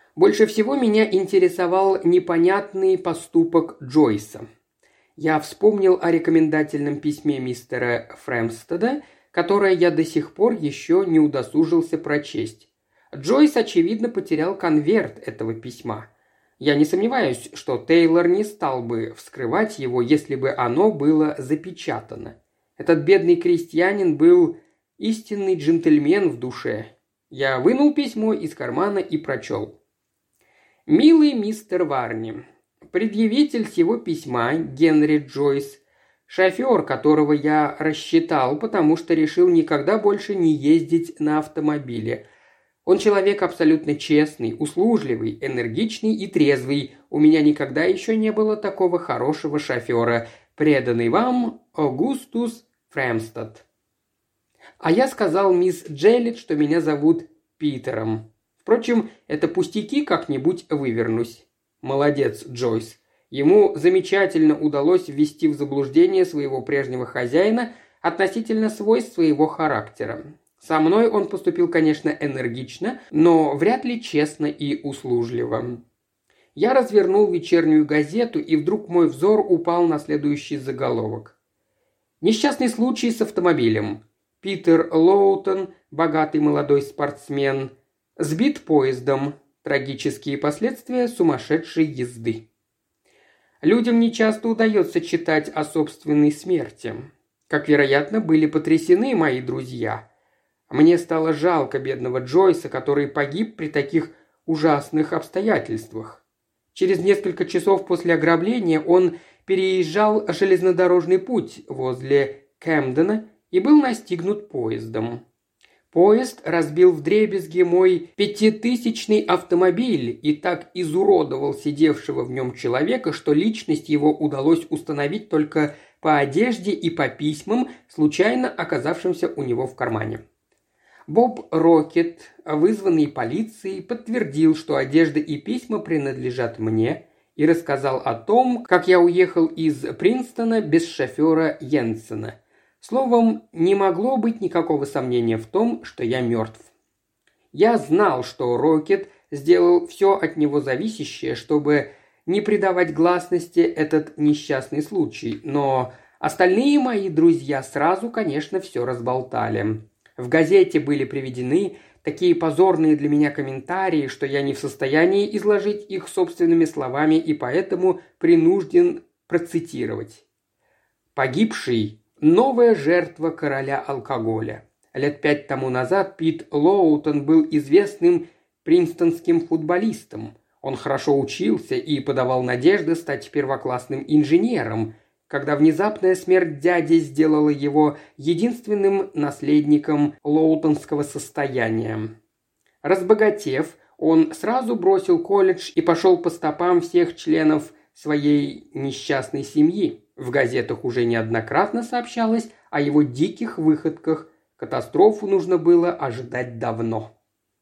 Больше всего меня интересовал непонятный поступок Джойса. Я вспомнил о рекомендательном письме мистера Фрэмстеда, которое я до сих пор еще не удосужился прочесть. Джойс, очевидно, потерял конверт этого письма. Я не сомневаюсь, что Тейлор не стал бы вскрывать его, если бы оно было запечатано. Этот бедный крестьянин был истинный джентльмен в душе. Я вынул письмо из кармана и прочел. «Милый мистер Варни, предъявитель сего письма Генри Джойс, шофер, которого я рассчитал, потому что решил никогда больше не ездить на автомобиле. Он человек абсолютно честный, услужливый, энергичный и трезвый. У меня никогда еще не было такого хорошего шофера. Преданный вам Огустус Фрэмстед». А я сказал мисс Джеллет, что меня зовут Питером. Впрочем, это пустяки, как-нибудь вывернусь. Молодец, Джойс. Ему замечательно удалось ввести в заблуждение своего прежнего хозяина относительно свойств своего характера. Со мной он поступил, конечно, энергично, но вряд ли честно и услужливо. Я развернул вечернюю газету, и вдруг мой взор упал на следующий заголовок. Несчастный случай с автомобилем. Питер Лоутон, богатый молодой спортсмен, сбит поездом. Трагические последствия сумасшедшей езды. Людям нечасто удается читать о собственной смерти. Как, вероятно, были потрясены мои друзья. Мне стало жалко бедного Джойса, который погиб при таких ужасных обстоятельствах. Через несколько часов после ограбления он переезжал железнодорожный путь возле Кэмдена и был настигнут поездом. Поезд разбил вдребезги мой пятитысячный автомобиль и так изуродовал сидевшего в нем человека, что личность его удалось установить только по одежде и по письмам, случайно оказавшимся у него в кармане. Боб Рокет, вызванный полицией, подтвердил, что одежда и письма принадлежат мне, и рассказал о том, как я уехал из Принстона без шофера Йенсена. Словом, не могло быть никакого сомнения в том, что я мертв. Я знал, что Рокет сделал все от него зависящее, чтобы не придавать гласности этот несчастный случай, но остальные мои друзья сразу, конечно, все разболтали. В газете были приведены такие позорные для меня комментарии, что я не в состоянии изложить их собственными словами и поэтому принужден процитировать. Погибший – новая жертва короля алкоголя. Лет пять тому назад Пит Лоутон был известным принстонским футболистом. Он хорошо учился и подавал надежды стать первоклассным инженером, когда внезапная смерть дяди сделала его единственным наследником лоутонского состояния. Разбогатев, он сразу бросил колледж и пошел по стопам всех членов своей несчастной семьи. В газетах уже неоднократно сообщалось о его диких выходках. Катастрофу нужно было ожидать давно.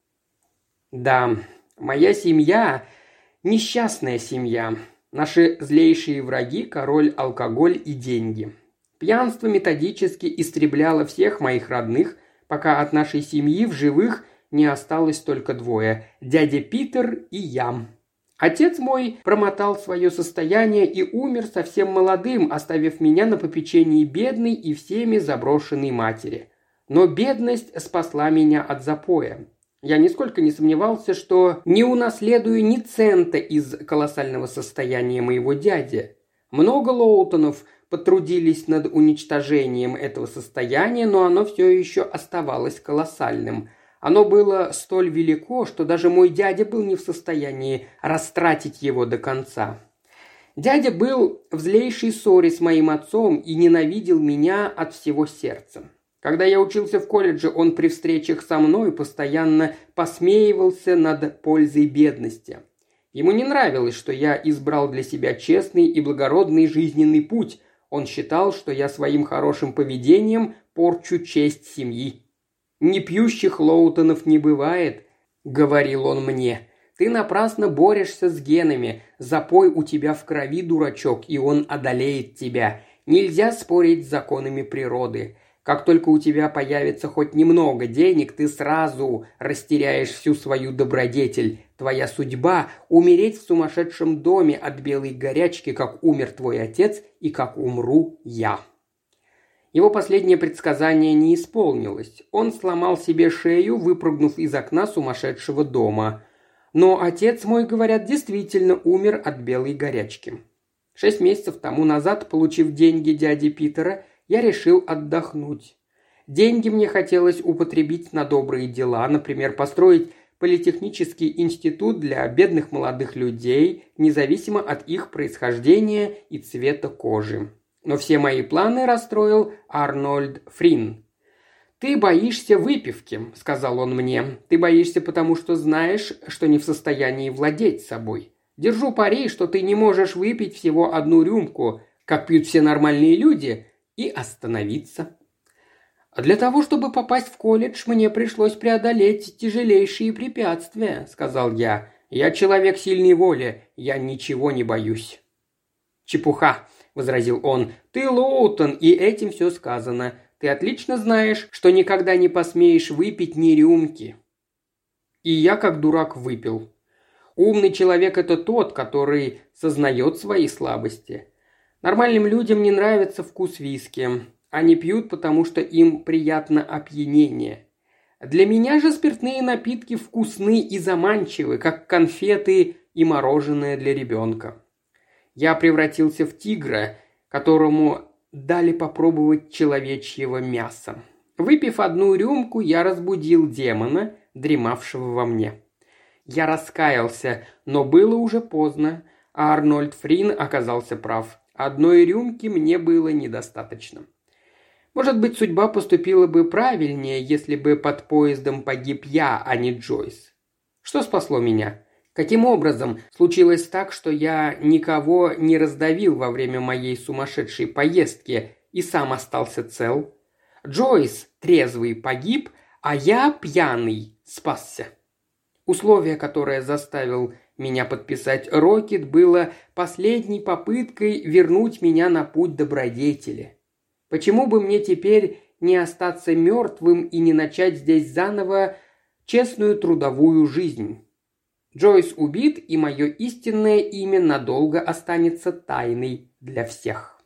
Да, моя семья – несчастная семья. Наши злейшие враги – король, алкоголь и деньги. Пьянство методически истребляло всех моих родных, пока от нашей семьи в живых не осталось только двое – дядя Питер и я. Отец мой промотал свое состояние и умер совсем молодым, оставив меня на попечении бедной и всеми заброшенной матери. Но бедность спасла меня от запоя. Я нисколько не сомневался, что не унаследую ни цента из колоссального состояния моего дяди. Много Лоутонов потрудились над уничтожением этого состояния, но оно все еще оставалось колоссальным. Оно было столь велико, что даже мой дядя был не в состоянии растратить его до конца. Дядя был в злейшей ссоре с моим отцом и ненавидел меня от всего сердца. Когда я учился в колледже, он при встречах со мной постоянно посмеивался над пользой бедности. Ему не нравилось, что я избрал для себя честный и благородный жизненный путь. Он считал, что я своим хорошим поведением порчу честь семьи. «Не пьющих Лоутонов не бывает», — говорил он мне. «Ты напрасно борешься с генами. Запой у тебя в крови, дурачок, и он одолеет тебя. Нельзя спорить с законами природы. Как только у тебя появится хоть немного денег, ты сразу растеряешь всю свою добродетель. Твоя судьба – умереть в сумасшедшем доме от белой горячки, как умер твой отец и как умру я». Его последнее предсказание не исполнилось. Он сломал себе шею, выпрыгнув из окна сумасшедшего дома. Но отец мой, говорят, действительно умер от белой горячки. Шесть месяцев тому назад, получив деньги дяди Питера, я решил отдохнуть. Деньги мне хотелось употребить на добрые дела, например, построить политехнический институт для бедных молодых людей, независимо от их происхождения и цвета кожи. Но все мои планы расстроил Арнольд Фрин. «Ты боишься выпивки», – сказал он мне. «Ты боишься, потому что знаешь, что не в состоянии владеть собой. Держу пари, что ты не можешь выпить всего одну рюмку, как пьют все нормальные люди, и остановиться. Для того, чтобы попасть в колледж, мне пришлось преодолеть тяжелейшие препятствия», – сказал я. «Я человек сильной воли, я ничего не боюсь». «Чепуха», – возразил он. «Ты Лоутон, и этим все сказано. Ты отлично знаешь, что никогда не посмеешь выпить ни рюмки». И я, как дурак, выпил. Умный человек – это тот, который сознает свои слабости. Нормальным людям не нравится вкус виски. Они пьют, потому что им приятно опьянение. Для меня же спиртные напитки вкусны и заманчивы, как конфеты и мороженое для ребенка. Я превратился в тигра, которому дали попробовать человечьего мяса. Выпив одну рюмку, я разбудил демона, дремавшего во мне. Я раскаялся, но было уже поздно, а Арнольд Фрин оказался прав. Одной рюмки мне было недостаточно. Может быть, судьба поступила бы правильнее, если бы под поездом погиб я, а не Джойс. Что спасло меня? Каким образом случилось так, что я никого не раздавил во время моей сумасшедшей поездки и сам остался цел? Джойс, трезвый, погиб, а я, пьяный, спасся. Условие, которое заставил меня подписать Рокет, было последней попыткой вернуть меня на путь добродетели. Почему бы мне теперь не остаться мертвым и не начать здесь заново честную трудовую жизнь? Джойс убит, и мое истинное имя надолго останется тайной для всех.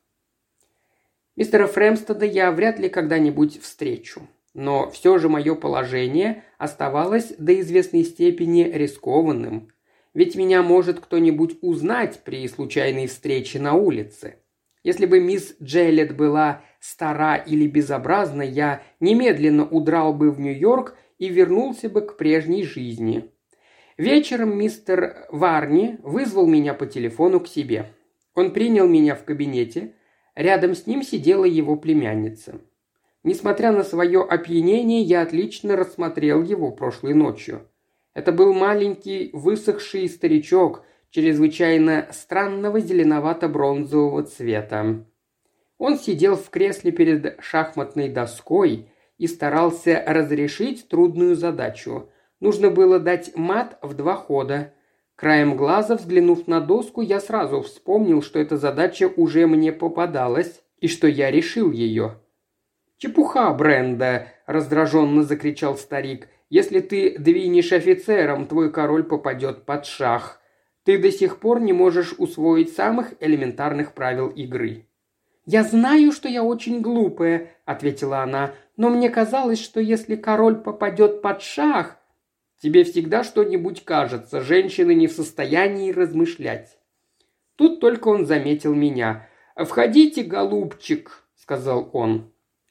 Мистера Фрэмстеда я вряд ли когда-нибудь встречу. Но все же мое положение оставалось до известной степени рискованным. Ведь меня может кто-нибудь узнать при случайной встрече на улице. Если бы мисс Джеллет была стара или безобразна, я немедленно удрал бы в Нью-Йорк и вернулся бы к прежней жизни. Вечером мистер Варни вызвал меня по телефону к себе. Он принял меня в кабинете. Рядом с ним сидела его племянница. Несмотря на свое опьянение, я отлично рассмотрел его прошлой ночью. Это был маленький высохший старичок, чрезвычайно странного зеленовато-бронзового цвета. Он сидел в кресле перед шахматной доской и старался разрешить трудную задачу. Нужно было дать мат в два хода. Краем глаза, взглянув на доску, я сразу вспомнил, что эта задача уже мне попадалась и что я решил ее. «Чепуха, Бренда!» – раздраженно закричал старик. «Если ты двинешь офицером, твой король попадет под шах. Ты до сих пор не можешь усвоить самых элементарных правил игры». «Я знаю, что я очень глупая», – ответила она, – «но мне казалось, что если король попадет под шах...» «Тебе всегда что-нибудь кажется, женщины не в состоянии размышлять». Тут только он заметил меня. «Входите, голубчик», – сказал он.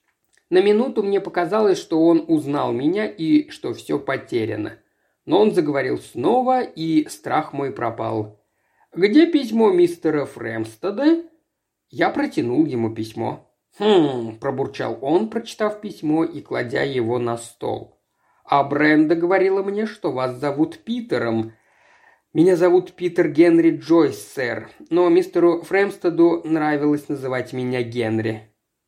На минуту мне показалось, что он узнал меня и что все потеряно. Но он заговорил снова, и страх мой пропал. «Где письмо мистера Фрэмстеда?» Я протянул ему письмо. «Хм», – пробурчал он, прочитав письмо и кладя его на стол. «А Бренда говорила мне, что вас зовут Питером». «Меня зовут Питер Генри Джойс, сэр, но мистеру Фрэмстеду нравилось называть меня Генри».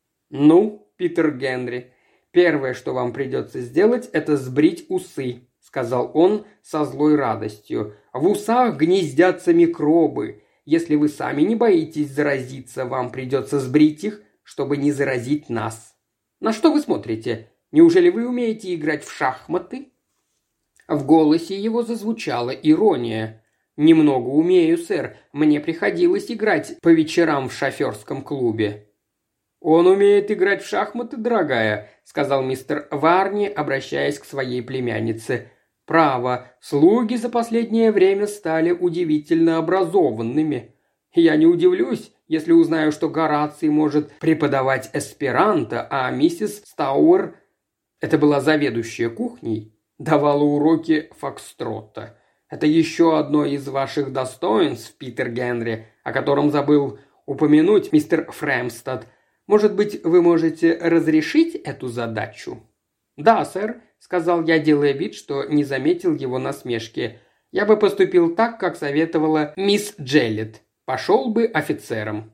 «Ну, Питер Генри, первое, что вам придется сделать, это сбрить усы», – сказал он со злой радостью. «В усах гнездятся микробы. Если вы сами не боитесь заразиться, вам придется сбрить их, чтобы не заразить нас». На что вы смотрите? Неужели вы умеете играть в шахматы?» В голосе его зазвучала ирония. «Немного умею, сэр. Мне приходилось играть по вечерам в шоферском клубе». «Он умеет играть в шахматы, дорогая», — сказал мистер Варни, обращаясь к своей племяннице. «Право, слуги за последнее время стали удивительно образованными. Я не удивлюсь, если узнаю, что Гораций может преподавать эсперанто, а миссис Стауэр, это была заведующая кухней, давала уроки фокстрота. Это еще одно из ваших достоинств, Питер Генри, о котором забыл упомянуть мистер Фрэмстад. Может быть, вы можете разрешить эту задачу?» «Да, сэр», — сказал я, делая вид, что не заметил его насмешки. «Я бы поступил так, как советовала мисс Джеллет. Пошел бы офицером».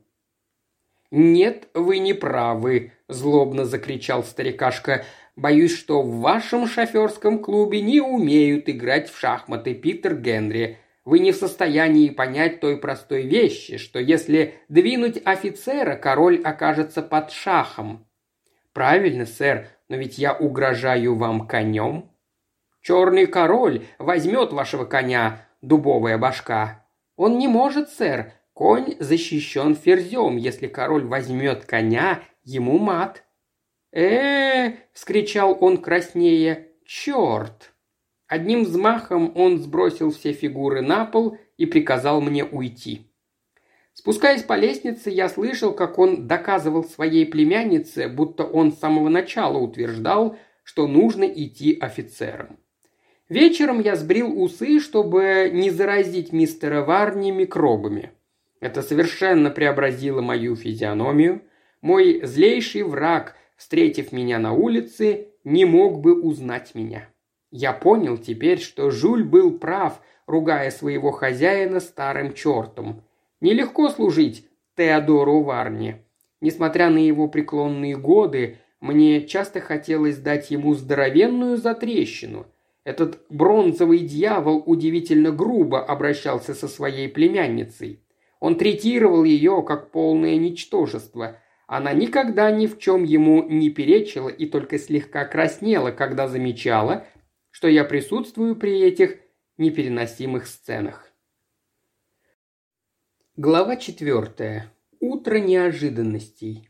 «Нет, вы не правы», – злобно закричал старикашка. «Боюсь, что в вашем шоферском клубе не умеют играть в шахматы, Питер Генри. Вы не в состоянии понять той простой вещи, что если двинуть офицера, король окажется под шахом». «Правильно, сэр, но ведь я угрожаю вам конем». «Черный король возьмет вашего коня, дубовая башка». «Он не может, сэр. Конь защищен ферзем. Если король возьмет коня, ему мат». «Э-э-э!» – вскричал он краснея. «Черт!» Одним взмахом он сбросил все фигуры на пол и приказал мне уйти. Спускаясь по лестнице, я слышал, как он доказывал своей племяннице, будто он с самого начала утверждал, что нужно идти офицером. Вечером я сбрил усы, чтобы не заразить мистера Варни микробами. Это совершенно преобразило мою физиономию. Мой злейший враг, встретив меня на улице, не мог бы узнать меня. Я понял теперь, что Жюль был прав, ругая своего хозяина старым чертом. Нелегко служить Теодору Варни. Несмотря на его преклонные годы, мне часто хотелось дать ему здоровенную затрещину. Этот бронзовый дьявол удивительно грубо обращался со своей племянницей. Он третировал ее как полное ничтожество. Она никогда ни в чем ему не перечила и только слегка краснела, когда замечала, что я присутствую при этих непереносимых сценах. Глава четвертая. Утро неожиданностей.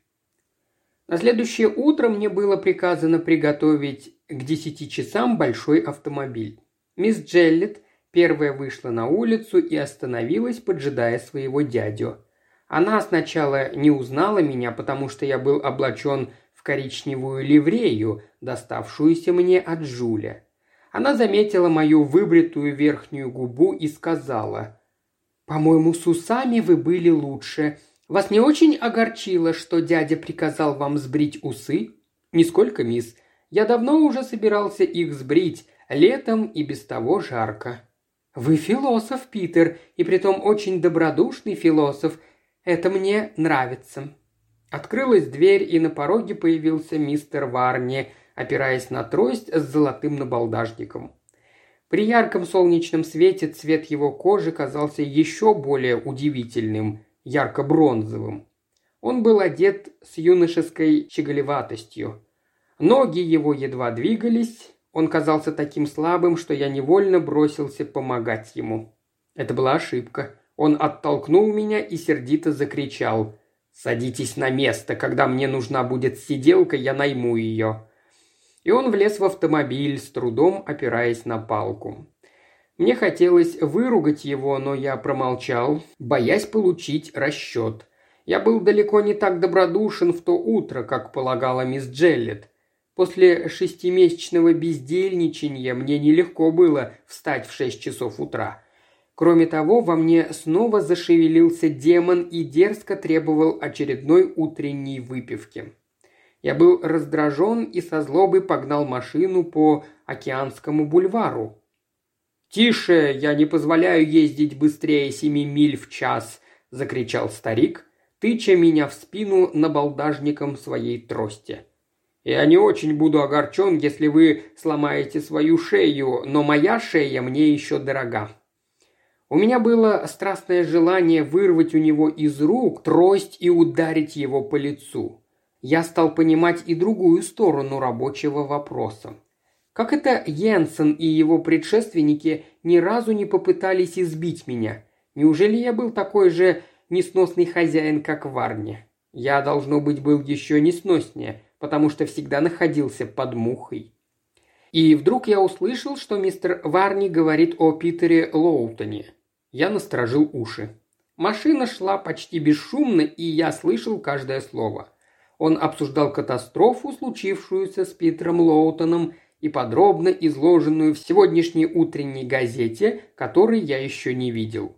На следующее утро мне было приказано приготовить к десяти часам большой автомобиль. Мисс Джеллет первая вышла на улицу и остановилась, поджидая своего дядю. Она сначала не узнала меня, потому что я был облачен в коричневую ливрею, доставшуюся мне от Жюля. Она заметила мою выбритую верхнюю губу и сказала: «По-моему, с усами вы были лучше. Вас не очень огорчило, что дядя приказал вам сбрить усы?» «Нисколько, мисс. Я давно уже собирался их сбрить, летом и без того жарко». «Вы философ, Питер, и притом очень добродушный философ. Это мне нравится». Открылась дверь, и на пороге появился мистер Варни, опираясь на трость с золотым набалдажником. При ярком солнечном свете цвет его кожи казался еще более удивительным, ярко-бронзовым. Он был одет с юношеской щеголеватостью. Ноги его едва двигались, он казался таким слабым, что я невольно бросился помогать ему. Это была ошибка. Он оттолкнул меня и сердито закричал: «Садитесь на место, когда мне нужна будет сиделка, я найму ее». И он влез в автомобиль, с трудом опираясь на палку. Мне хотелось выругать его, но я промолчал, боясь получить расчет. Я был далеко не так добродушен в то утро, как полагала мисс Джеллет. После шестимесячного бездельничания мне нелегко было встать в шесть часов утра. Кроме того, во мне снова зашевелился демон и дерзко требовал очередной утренней выпивки. Я был раздражен и со злобой погнал машину по Океанскому бульвару. «Тише, я не позволяю ездить быстрее семи миль в час», – закричал старик, тыча меня в спину набалдажником своей трости. «Я не очень буду огорчен, если вы сломаете свою шею, но моя шея мне еще дорога». У меня было страстное желание вырвать у него из рук трость и ударить его по лицу. Я стал понимать и другую сторону рабочего вопроса. Как это Йенсен и его предшественники ни разу не попытались избить меня? Неужели я был такой же несносный хозяин, как Варни? Я, должно быть, был еще несноснее, потому что всегда находился под мухой. И вдруг я услышал, что мистер Варни говорит о Питере Лоутоне. Я насторожил уши. Машина шла почти бесшумно, и я слышал каждое слово. Он обсуждал катастрофу, случившуюся с Питером Лоутоном, и подробно изложенную в сегодняшней утренней газете, которой я еще не видел.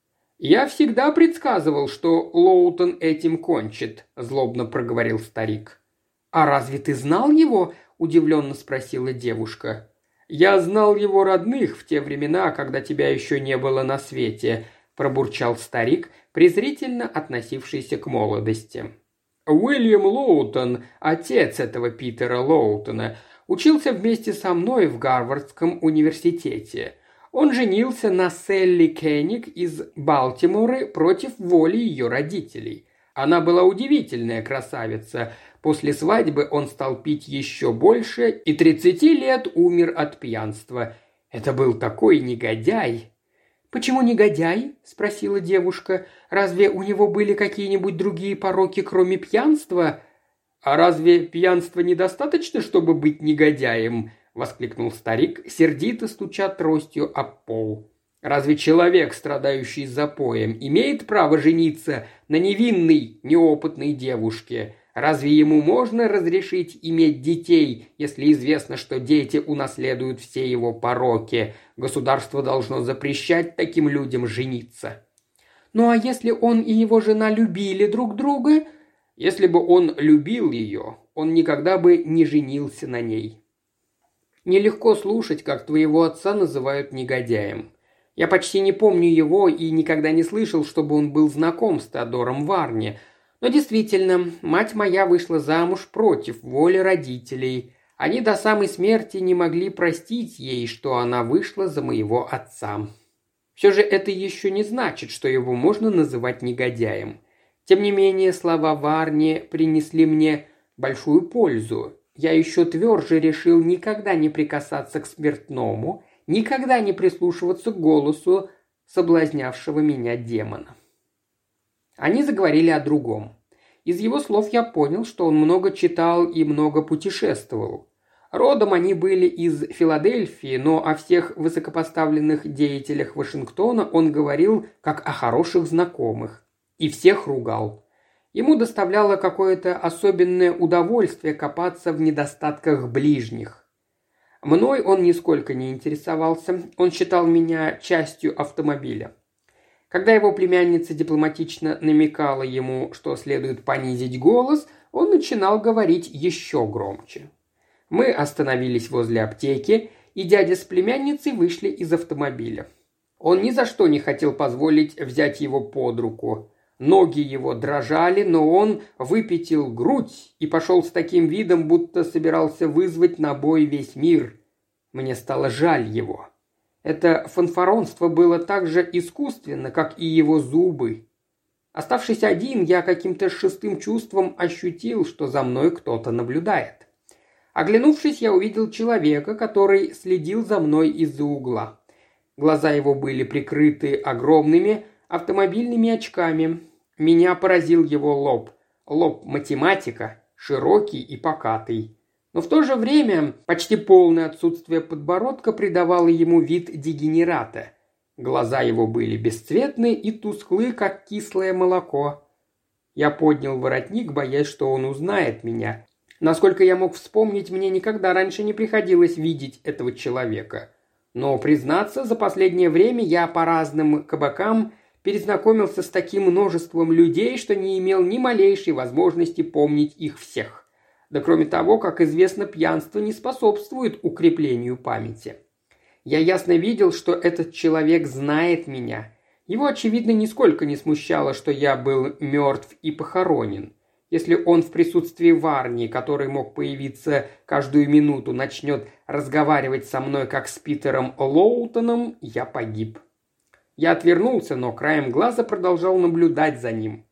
«Я всегда предсказывал, что Лоутон этим кончит», – злобно проговорил старик. «А разве ты знал его?» – удивленно спросила девушка. «Я знал его родных в те времена, когда тебя еще не было на свете», – пробурчал старик, презрительно относившийся к молодости. «Уильям Лоутон, отец этого Питера Лоутона, учился вместе со мной в Гарвардском университете. Он женился на Селли Кенник из Балтимора против воли ее родителей. Она была удивительная красавица. После свадьбы он стал пить еще больше и тридцати лет умер от пьянства. Это был такой негодяй». «Почему негодяй?» – спросила девушка. «Разве у него были какие-нибудь другие пороки, кроме пьянства?» «А разве пьянства недостаточно, чтобы быть негодяем?» – воскликнул старик, сердито стуча тростью об пол. «Разве человек, страдающий запоем, имеет право жениться на невинной, неопытной девушке? Разве ему можно разрешить иметь детей, если известно, что дети унаследуют все его пороки? Государство должно запрещать таким людям жениться». «Ну а если он и его жена любили друг друга?» «Если бы он любил ее, он никогда бы не женился на ней». «Нелегко слушать, как твоего отца называют негодяем. Я почти не помню его и никогда не слышал, чтобы он был знаком с Теодором Варни. Но действительно, мать моя вышла замуж против воли родителей. Они до самой смерти не могли простить ей, что она вышла за моего отца. Все же это еще не значит, что его можно называть негодяем. Тем не менее, слова Варни принесли мне большую пользу. Я еще тверже решил никогда не прикасаться к спиртному, никогда не прислушиваться к голосу соблазнявшего меня демона. Они заговорили о другом. Из его слов я понял, что он много читал и много путешествовал. Родом они были из Филадельфии, но о всех высокопоставленных деятелях Вашингтона он говорил как о хороших знакомых. И всех ругал. Ему доставляло какое-то особенное удовольствие копаться в недостатках ближних. Мной он нисколько не интересовался, он считал меня частью автомобиля. Когда его племянница дипломатично намекала ему, что следует понизить голос, он начинал говорить еще громче. Мы остановились возле аптеки, и дядя с племянницей вышли из автомобиля. Он ни за что не хотел позволить взять его под руку. Ноги его дрожали, но он выпятил грудь и пошел с таким видом, будто собирался вызвать на бой весь мир. Мне стало жаль его. Это фанфаронство было так же искусственно, как и его зубы. Оставшись один, я каким-то шестым чувством ощутил, что за мной кто-то наблюдает. Оглянувшись, я увидел человека, который следил за мной из-за угла. Глаза его были прикрыты огромными автомобильными очками. Меня поразил его лоб. Лоб математика, широкий и покатый. Но в то же время почти полное отсутствие подбородка придавало ему вид дегенерата. Глаза его были бесцветны и тусклы, как кислое молоко. Я поднял воротник, боясь, что он узнает меня. Насколько я мог вспомнить, мне никогда раньше не приходилось видеть этого человека. Но, признаться, за последнее время я по разным кабакам перезнакомился с таким множеством людей, что не имел ни малейшей возможности помнить их всех. Да кроме того, как известно, пьянство не способствует укреплению памяти. Я ясно видел, что этот человек знает меня. Его, очевидно, нисколько не смущало, что я был мертв и похоронен. Если он в присутствии Варни, который мог появиться каждую минуту, начнет разговаривать со мной, как с Питером Лоутоном, я погиб. Я отвернулся, но краем глаза продолжал наблюдать за ним.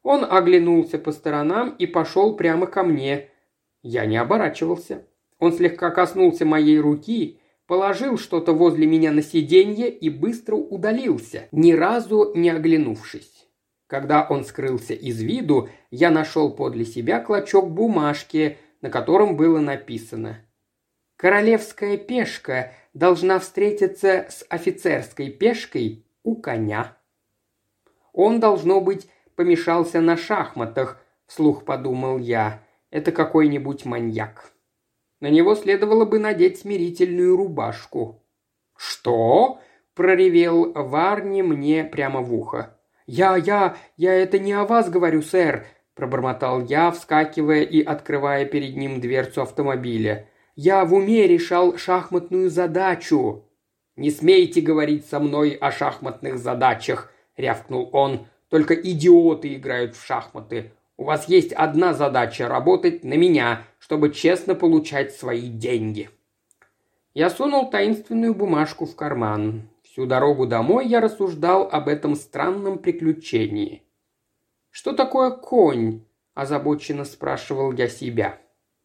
Он оглянулся по сторонам и пошел прямо ко мне. Я не оборачивался. Он слегка коснулся моей руки, положил что-то возле меня на сиденье и быстро удалился, ни разу не оглянувшись. Когда он скрылся из виду, я нашел подле себя клочок бумажки, на котором было написано: «Королевская пешка должна встретиться с офицерской пешкой у коня». Он, должно быть, помешался на шахматах, вслух подумал я. Это какой-нибудь маньяк. На него следовало бы надеть смирительную рубашку. «Что?» – проревел Варни мне прямо в ухо. «Я, я, я это не о вас говорю, сэр», – пробормотал я, вскакивая и открывая перед ним дверцу автомобиля. «Я в уме решал шахматную задачу». «Не смейте говорить со мной о шахматных задачах», – рявкнул он. «Только идиоты играют в шахматы. У вас есть одна задача – работать на меня, чтобы честно получать свои деньги». Я сунул таинственную бумажку в карман. Всю дорогу домой я рассуждал об этом странном приключении. «Что такое конь?» – озабоченно спрашивал я себя.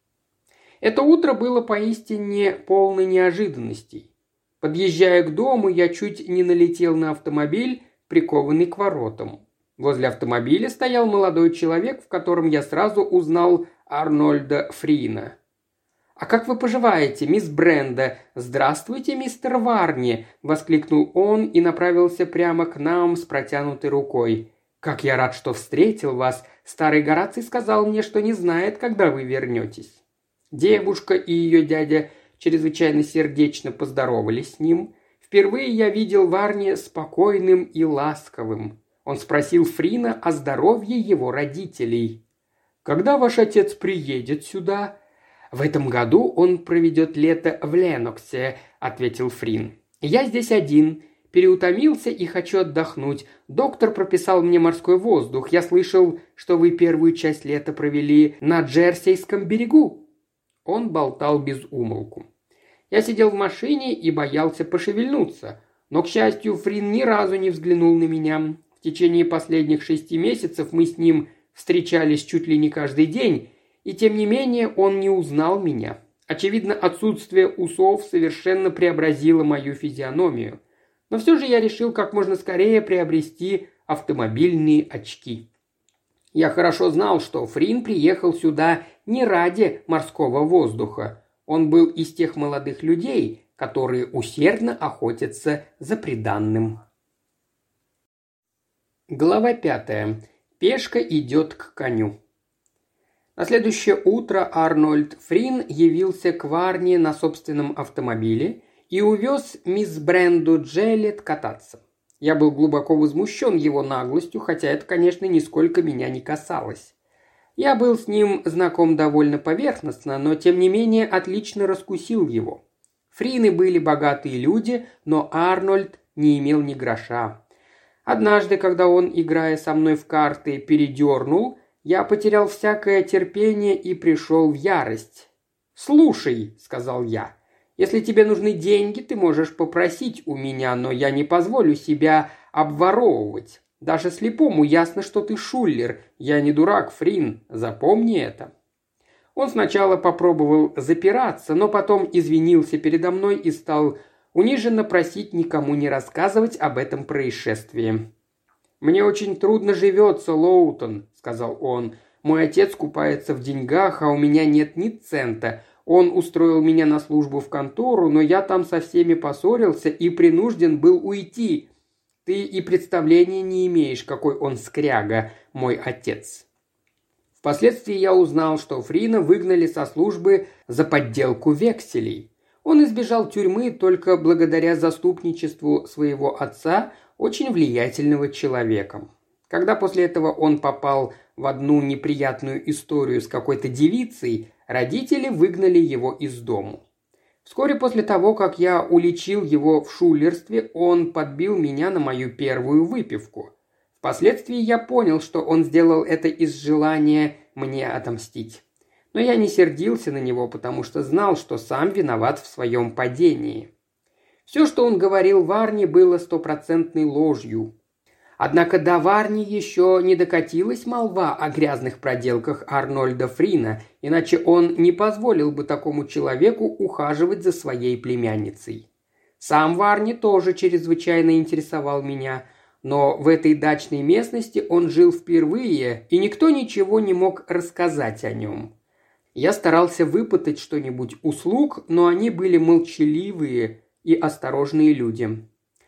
Это утро было поистине полной неожиданностей. Подъезжая к дому, я чуть не налетел на автомобиль, прикованный к воротам. Возле автомобиля стоял молодой человек, в котором я сразу узнал Арнольда Фрина. «А как вы поживаете, мисс Бренда? Здравствуйте, мистер Варни!» – воскликнул он и направился прямо к нам с протянутой рукой. «Как я рад, что встретил вас! Старый Гораций сказал мне, что не знает, когда вы вернетесь». Девушка и ее дядя чрезвычайно сердечно поздоровались с ним. Впервые я видел Варни спокойным и ласковым. Он спросил Фрина о здоровье его родителей. «Когда ваш отец приедет сюда?» «В этом году он проведет лето в Леноксе», – ответил Фрин. «Я здесь один. Переутомился и хочу отдохнуть. Доктор прописал мне морской воздух. Я слышал, что вы первую часть лета провели на Джерсейском берегу». Он болтал без умолку. Я сидел в машине и боялся пошевельнуться. Но, к счастью, Фрин ни разу не взглянул на меня. В течение последних шести месяцев мы с ним встречались чуть ли не каждый день, и тем не менее он не узнал меня. Очевидно, отсутствие усов совершенно преобразило мою физиономию. Но все же я решил как можно скорее приобрести автомобильные очки. Я хорошо знал, что Фрин приехал сюда не ради морского воздуха. Он был из тех молодых людей, которые усердно охотятся за приданным. Глава пятая. Пешка идет к коню. На следующее утро Арнольд Фрин явился к Варне на собственном автомобиле и увез мисс Бренду Джеллет кататься. Я был глубоко возмущен его наглостью, хотя это, конечно, нисколько меня не касалось. Я был с ним знаком довольно поверхностно, но, тем не менее, отлично раскусил его. Фрины были богатые люди, но Арнольд не имел ни гроша. Однажды, когда он, играя со мной в карты, передернул, я потерял всякое терпение и пришел в ярость. «Слушай», — сказал я, — «если тебе нужны деньги, ты можешь попросить у меня, но я не позволю себя обворовывать. Даже слепому ясно, что ты шулер. Я не дурак, Фрин, запомни это». Он сначала попробовал запираться, но потом извинился передо мной и стал униженно просить никому не рассказывать об этом происшествии. «Мне очень трудно живется, Лоутон», — сказал он. «Мой отец купается в деньгах, а у меня нет ни цента. Он устроил меня на службу в контору, но я там со всеми поссорился и принужден был уйти. Ты и представления не имеешь, какой он скряга, мой отец». Впоследствии я узнал, что Фрина выгнали со службы за подделку векселей. Он избежал тюрьмы только благодаря заступничеству своего отца, очень влиятельного человека. Когда после этого он попал в одну неприятную историю с какой-то девицей, родители выгнали его из дому. Вскоре после того, как я уличил его в шулерстве, он подбил меня на мою первую выпивку. Впоследствии я понял, что он сделал это из желания мне отомстить. Но я не сердился на него, потому что знал, что сам виноват в своем падении. Все, что он говорил Варне, было стопроцентной ложью. Однако до Варни еще не докатилась молва о грязных проделках Арнольда Фрина, иначе он не позволил бы такому человеку ухаживать за своей племянницей. Сам Варни тоже чрезвычайно интересовал меня, но в этой дачной местности он жил впервые, и никто ничего не мог рассказать о нем. Я старался выпытать что-нибудь у слуг, но они были молчаливые и осторожные люди.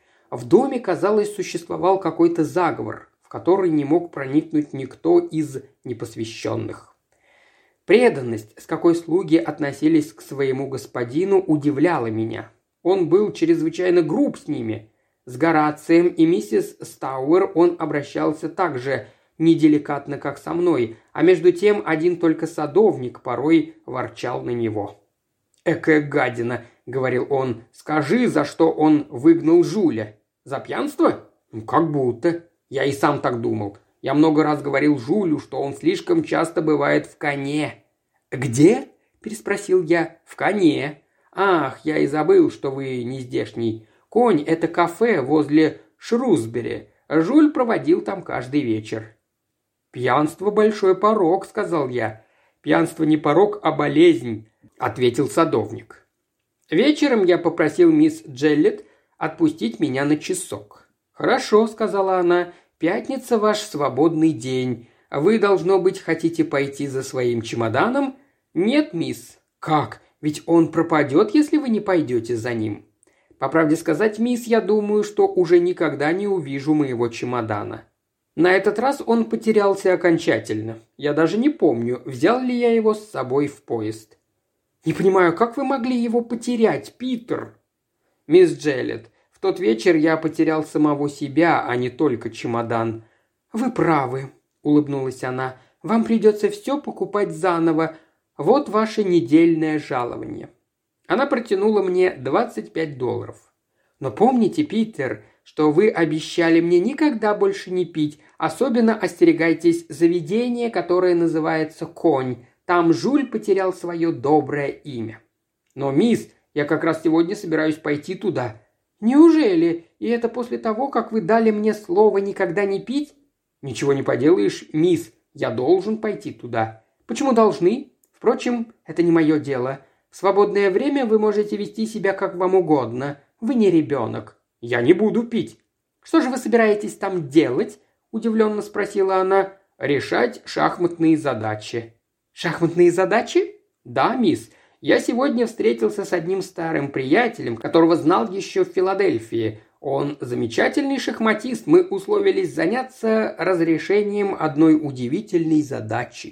В доме, казалось, существовал какой-то заговор, в который не мог проникнуть никто из непосвященных. Преданность, с какой слуги относились к своему господину, удивляла меня. Он был чрезвычайно груб с ними. С Горацием и миссис Стауэр он обращался так же неделикатно, как со мной, а между тем один только садовник порой ворчал на него. «Экая гадина», — говорил он, — «скажи, за что он выгнал Жюля? За пьянство? Ну, как будто. Я и сам так думал. Я много раз говорил Жюлю, что он слишком часто бывает в коне». «Где?» – переспросил я. «В коне. Ах, я и забыл, что вы не здешний. Конь – это кафе возле Шрусбери. Жюль проводил там каждый вечер». «Пьянство – большой порок», – сказал я. «Пьянство не порок, а болезнь», – ответил садовник. Вечером я попросил мисс Джеллет отпустить меня на часок. «Хорошо», – сказала она, – «пятница ваш свободный день. Вы, должно быть, хотите пойти за своим чемоданом?» «Нет, мисс». «Как? Ведь он пропадет, если вы не пойдете за ним». «По правде сказать, мисс, я думаю, что уже никогда не увижу моего чемодана». На этот раз он потерялся окончательно. Я даже не помню, взял ли я его с собой в поезд. «Не понимаю, как вы могли его потерять, Питер?» «Мисс Джеллет, в тот вечер я потерял самого себя, а не только чемодан». «Вы правы», – улыбнулась она. «Вам придется все покупать заново. Вот ваше недельное жалование». Она протянула мне двадцать пять долларов. «Но помните, Питер, что вы обещали мне никогда больше не пить. Особенно остерегайтесь заведения, которое называется «Конь». Там Жюль потерял свое доброе имя». «Но, мисс, я как раз сегодня собираюсь пойти туда». «Неужели? И это после того, как вы дали мне слово никогда не пить?» «Ничего не поделаешь, мисс, я должен пойти туда». «Почему должны? Впрочем, это не мое дело. В свободное время вы можете вести себя как вам угодно. Вы не ребенок». «Я не буду пить». «Что же вы собираетесь там делать?» – удивленно спросила она. «Решать шахматные задачи». «Шахматные задачи?» «Да, мисс. Я сегодня встретился с одним старым приятелем, которого знал еще в Филадельфии. Он замечательный шахматист. Мы условились заняться разрешением одной удивительной задачи».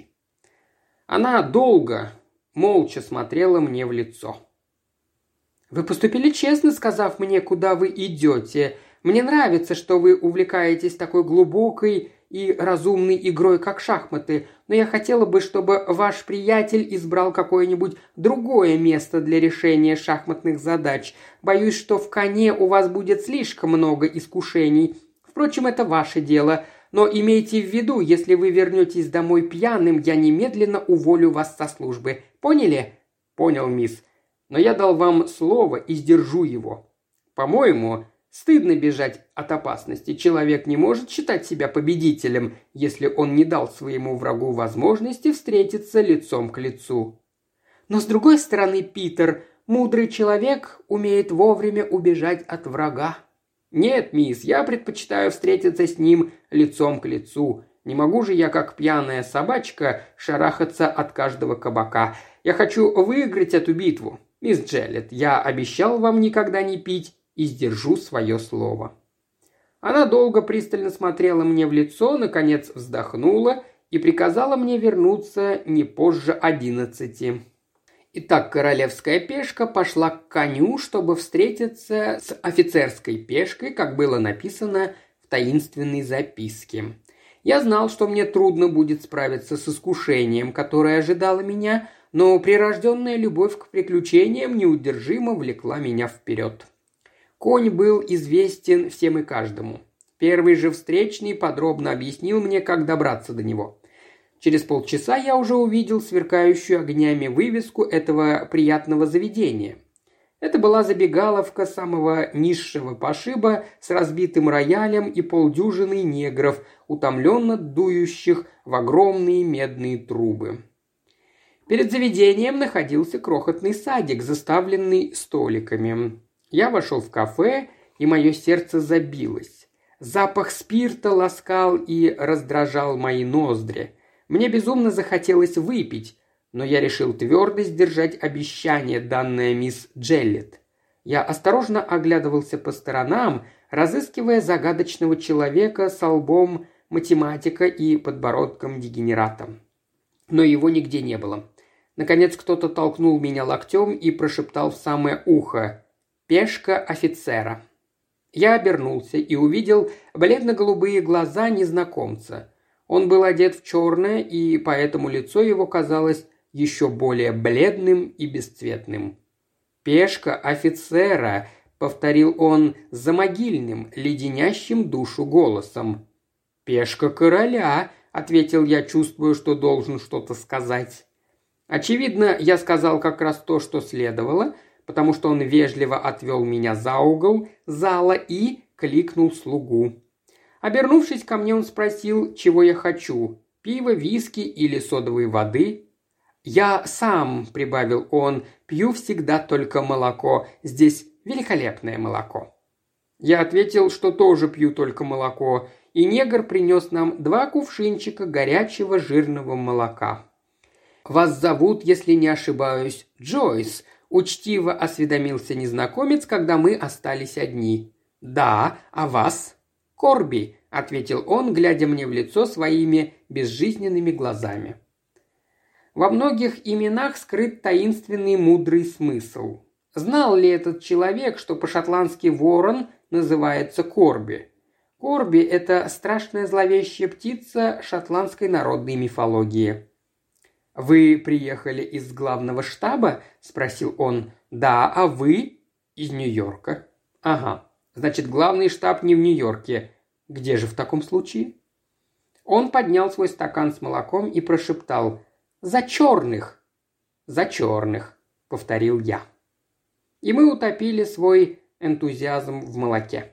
Она долго, молча смотрела мне в лицо. «Вы поступили честно, сказав мне, куда вы идете. Мне нравится, что вы увлекаетесь такой глубокой и разумной игрой, как шахматы, но я хотела бы, чтобы ваш приятель избрал какое-нибудь другое место для решения шахматных задач. Боюсь, что в коне у вас будет слишком много искушений. Впрочем, это ваше дело. Но имейте в виду, если вы вернетесь домой пьяным, я немедленно уволю вас со службы. Поняли?» «Понял, мисс. Но я дал вам слово и сдержу его. По-моему, стыдно бежать от опасности. Человек не может считать себя победителем, если он не дал своему врагу возможности встретиться лицом к лицу». «Но с другой стороны, Питер, мудрый человек умеет вовремя убежать от врага». «Нет, мисс, я предпочитаю встретиться с ним лицом к лицу. Не могу же я, как пьяная собачка, шарахаться от каждого кабака. Я хочу выиграть эту битву. Мисс Джеллет, я обещал вам никогда не пить и сдержу свое слово». Она долго пристально смотрела мне в лицо, наконец вздохнула и приказала мне вернуться не позже одиннадцати. Итак, королевская пешка пошла к коню, чтобы встретиться с офицерской пешкой, как было написано в таинственной записке. Я знал, что мне трудно будет справиться с искушением, которое ожидало меня, но прирожденная любовь к приключениям неудержимо влекла меня вперед. Конь был известен всем и каждому. Первый же встречный подробно объяснил мне, как добраться до него. Через полчаса я уже увидел сверкающую огнями вывеску этого приятного заведения. Это была забегаловка самого низшего пошиба с разбитым роялем и полдюжины негров, утомленно дующих в огромные медные трубы. Перед заведением находился крохотный садик, заставленный столиками. Я вошел в кафе, и мое сердце забилось. Запах спирта ласкал и раздражал мои ноздри. Мне безумно захотелось выпить, но я решил твердо сдержать обещание, данное мисс Джеллет. Я осторожно оглядывался по сторонам, разыскивая загадочного человека со лбом математика и подбородком дегенерата. Но его нигде не было. Наконец кто-то толкнул меня локтем и прошептал в самое ухо: «Пешка офицера». Я обернулся и увидел бледно-голубые глаза незнакомца. Он был одет в черное, и поэтому лицо его казалось еще более бледным и бесцветным. «Пешка офицера», — повторил он замогильным, леденящим душу голосом. «Пешка короля», — ответил я, чувствуя, что должен что-то сказать. Очевидно, я сказал как раз то, что следовало, потому что он вежливо отвел меня за угол зала и кликнул слугу. Обернувшись ко мне, он спросил, чего я хочу – пиво, виски или содовой воды. «Я сам», – прибавил он, – «пью всегда только молоко. Здесь великолепное молоко». Я ответил, что тоже пью только молоко, и негр принес нам два кувшинчика горячего жирного молока. «Вас зовут, если не ошибаюсь, Джойс», – учтиво осведомился незнакомец, когда мы остались одни. «Да, а вас?» «Корби», – ответил он, глядя мне в лицо своими безжизненными глазами. Во многих именах скрыт таинственный мудрый смысл. Знал ли этот человек, что по-шотландски ворон называется Корби? Корби – это страшная зловещая птица шотландской народной мифологии. «Вы приехали из главного штаба?» – спросил он. «Да, а вы?» «Из Нью-Йорка». «Ага, значит, главный штаб не в Нью-Йорке. Где же в таком случае?» Он поднял свой стакан с молоком и прошептал: «За черных!» «За черных», – повторил я. И мы утопили свой энтузиазм в молоке.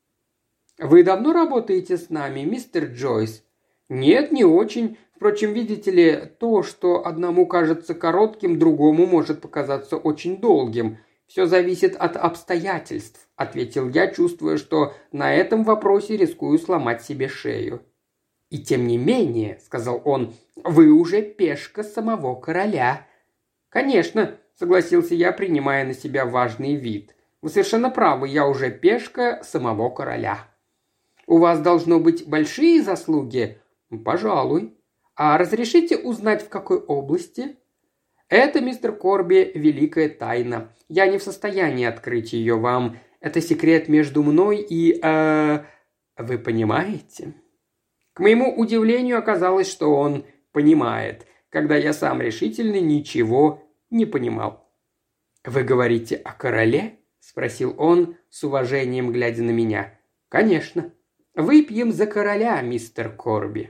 «Вы давно работаете с нами, мистер Джойс?» «Нет, не очень. Впрочем, видите ли, то, что одному кажется коротким, другому может показаться очень долгим. Все зависит от обстоятельств», – ответил я, чувствуя, что на этом вопросе рискую сломать себе шею. «И тем не менее», – сказал он, – «вы уже пешка самого короля». «Конечно», – согласился я, принимая на себя важный вид. «Вы совершенно правы, я уже пешка самого короля». «У вас должно быть большие заслуги?» «Пожалуй». «А разрешите узнать, в какой области?» «Это, мистер Корби, великая тайна. Я не в состоянии открыть ее вам. Это секрет между мной и... Э, вы понимаете?» К моему удивлению оказалось, что он понимает, когда я сам решительно ничего не понимал. «Вы говорите о короле?» – спросил он с уважением, глядя на меня. «Конечно. Выпьем за короля, мистер Корби».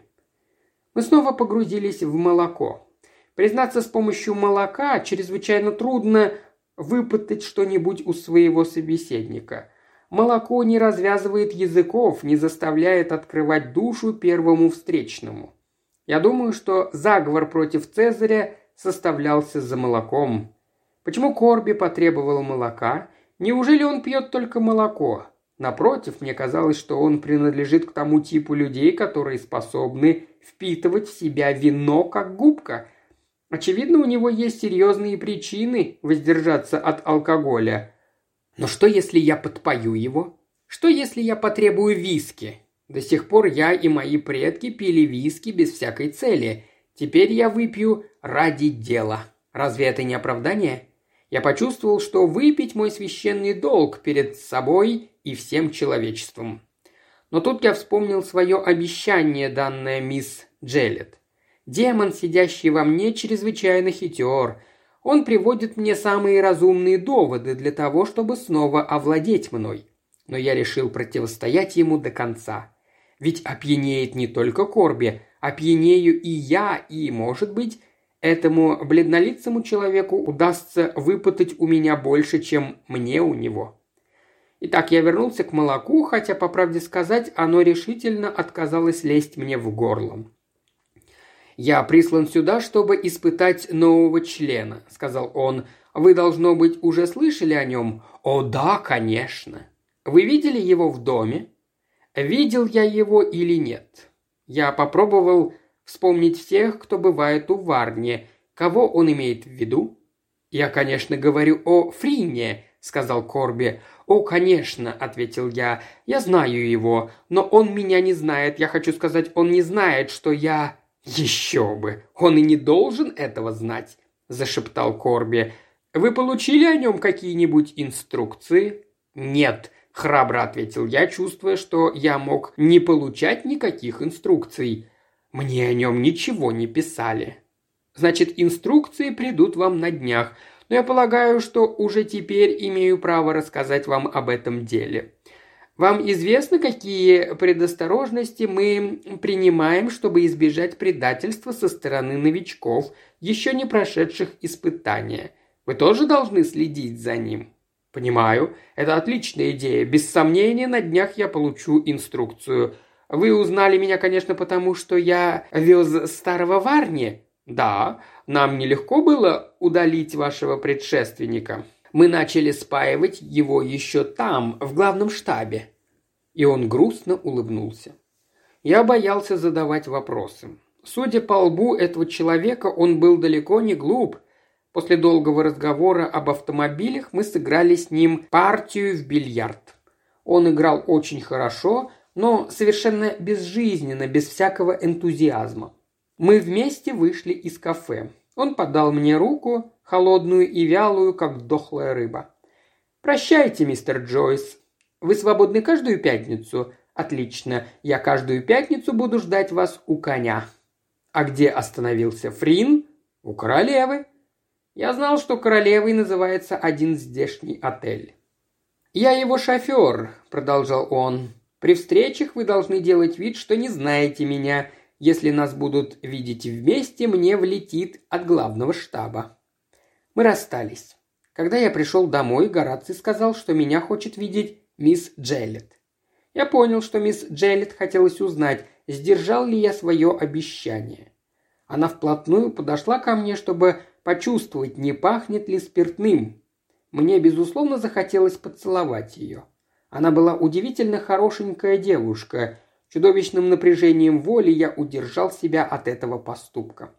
Мы снова погрузились в молоко. Признаться, с помощью молока чрезвычайно трудно выпытать что-нибудь у своего собеседника. Молоко не развязывает языков, не заставляет открывать душу первому встречному. Я думаю, что заговор против Цезаря составлялся за молоком. Почему Корби потребовал молока? Неужели он пьет только молоко? Напротив, мне казалось, что он принадлежит к тому типу людей, которые способны впитывать в себя вино, как губка. Очевидно, у него есть серьезные причины воздержаться от алкоголя. Но что, если я подпою его? Что, если я потребую виски? До сих пор я и мои предки пили виски без всякой цели. Теперь я выпью ради дела. Разве это не оправдание? Я почувствовал, что выпить мой священный долг перед собой и всем человечеством. Но тут я вспомнил свое обещание, данное мисс Джеллет. Демон, сидящий во мне, чрезвычайно хитер. Он приводит мне самые разумные доводы для того, чтобы снова овладеть мной. Но я решил противостоять ему до конца. Ведь опьянеет не только Корби, опьянею и я, и, может быть, Этому бледнолицому человеку удастся выпытать у меня больше, чем мне у него. Итак, я вернулся к молоку, хотя, по правде сказать, оно решительно отказалось лезть мне в горло. «Я прислан сюда, чтобы испытать нового члена», – сказал он. «Вы, должно быть, уже слышали о нем?» «О, да, конечно». «Вы видели его в доме?» «Видел я его или нет?» Я попробовал вспомнить всех, кто бывает у Варни. Кого он имеет в виду? «Я, конечно, говорю о Фрине», – сказал Корби. «О, конечно», – ответил я. «Я знаю его, но он меня не знает. Я хочу сказать, он не знает, что я...» «Еще бы! Он и не должен этого знать», – зашептал Корби. «Вы получили о нем какие-нибудь инструкции?» «Нет», – храбро ответил я, чувствуя, что я мог не получать никаких инструкций. «Мне о нем ничего не писали». «Значит, инструкции придут вам на днях, но я полагаю, что уже теперь имею право рассказать вам об этом деле. Вам известно, какие предосторожности мы принимаем, чтобы избежать предательства со стороны новичков, еще не прошедших испытания. Вы тоже должны следить за ним». «Понимаю. Это отличная идея. Без сомнения, на днях я получу инструкцию. Вы узнали меня, конечно, потому что я вез старого Варни?» «Да. Нам нелегко было удалить вашего предшественника. Мы начали спаивать его еще там, в главном штабе». И он грустно улыбнулся. Я боялся задавать вопросы. Судя по лбу этого человека, он был далеко не глуп. После долгого разговора об автомобилях мы сыграли с ним партию в бильярд. Он играл очень хорошо, но совершенно безжизненно, без всякого энтузиазма. Мы вместе вышли из кафе. Он подал мне руку, холодную и вялую, как дохлая рыба. «Прощайте, мистер Джойс. Вы свободны каждую пятницу? Отлично. Я каждую пятницу буду ждать вас у коня». «А где остановился Фрин?» «У королевы». «Я знал, что королевой называется один здешний отель». «Я его шофер», – продолжал он. «При встречах вы должны делать вид, что не знаете меня. Если нас будут видеть вместе, мне влетит от главного штаба». Мы расстались. Когда я пришел домой, Гораций сказал, что меня хочет видеть мисс Джеллет. Я понял, что мисс Джеллет хотелось узнать, сдержал ли я свое обещание. Она вплотную подошла ко мне, чтобы почувствовать, не пахнет ли спиртным. Мне, безусловно, захотелось поцеловать ее. Она была удивительно хорошенькая девушка. Чудовищным напряжением воли я удержал себя от этого поступка.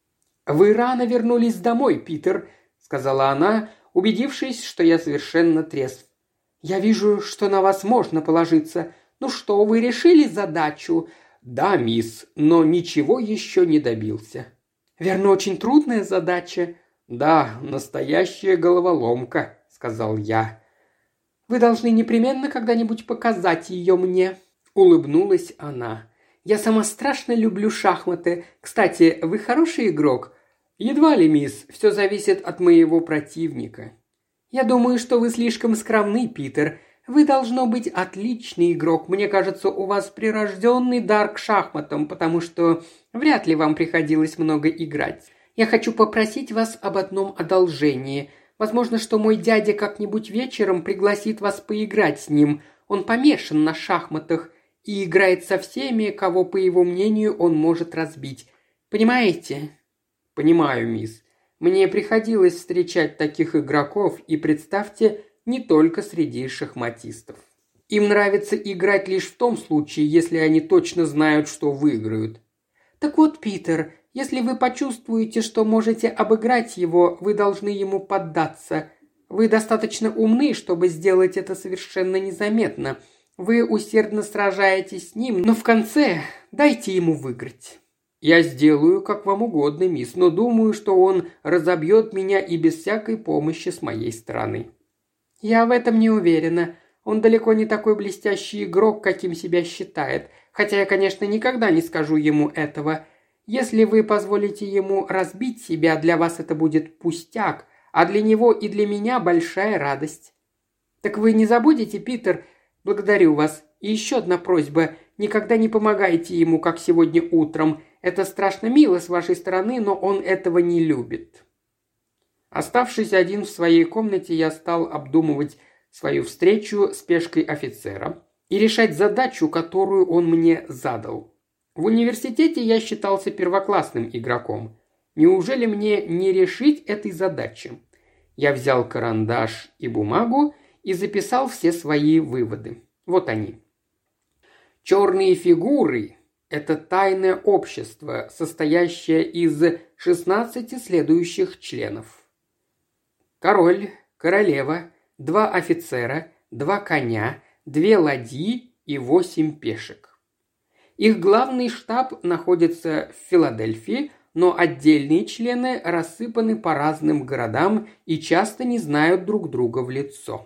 «Вы рано вернулись домой, Питер», – сказала она, убедившись, что я совершенно трезв. «Я вижу, что на вас можно положиться. Ну что, вы решили задачу?» «Да, мисс, но ничего еще не добился». «Верно, очень трудная задача». «Да, настоящая головоломка», – сказал я. «Вы должны непременно когда-нибудь показать ее мне», – улыбнулась она. «Я сама страшно люблю шахматы. Кстати, вы хороший игрок?» «Едва ли, мисс, все зависит от моего противника». «Я думаю, что вы слишком скромны, Питер. Вы, должно быть, отличный игрок. Мне кажется, у вас прирожденный дар к шахматам, потому что вряд ли вам приходилось много играть. Я хочу попросить вас об одном одолжении. Возможно, что мой дядя как-нибудь вечером пригласит вас поиграть с ним. Он помешан на шахматах и играет со всеми, кого, по его мнению, он может разбить. Понимаете?» «Понимаю, мисс. Мне приходилось встречать таких игроков, и, представьте, не только среди шахматистов. Им нравится играть лишь в том случае, если они точно знают, что выиграют». «Так вот, Питер, если вы почувствуете, что можете обыграть его, вы должны ему поддаться. Вы достаточно умны, чтобы сделать это совершенно незаметно. Вы усердно сражаетесь с ним, но в конце дайте ему выиграть». «Я сделаю, как вам угодно, мисс, но думаю, что он разобьет меня и без всякой помощи с моей стороны». «Я в этом не уверена. Он далеко не такой блестящий игрок, каким себя считает. Хотя я, конечно, никогда не скажу ему этого. Если вы позволите ему разбить себя, для вас это будет пустяк, а для него и для меня большая радость». «Так вы не забудете, Питер? Благодарю вас. И еще одна просьба. Никогда не помогайте ему, как сегодня утром. Это страшно мило с вашей стороны, но он этого не любит». Оставшись один в своей комнате, я стал обдумывать свою встречу с пешкой офицера и решать задачу, которую он мне задал. В университете я считался первоклассным игроком. Неужели мне не решить этой задачи? Я взял карандаш и бумагу и записал все свои выводы. Вот они. Черные фигуры – это тайное общество, состоящее из шестнадцати следующих членов. Король, королева, два офицера, два коня, две ладьи и восемь пешек. Их главный штаб находится в Филадельфии, но отдельные члены рассыпаны по разным городам и часто не знают друг друга в лицо.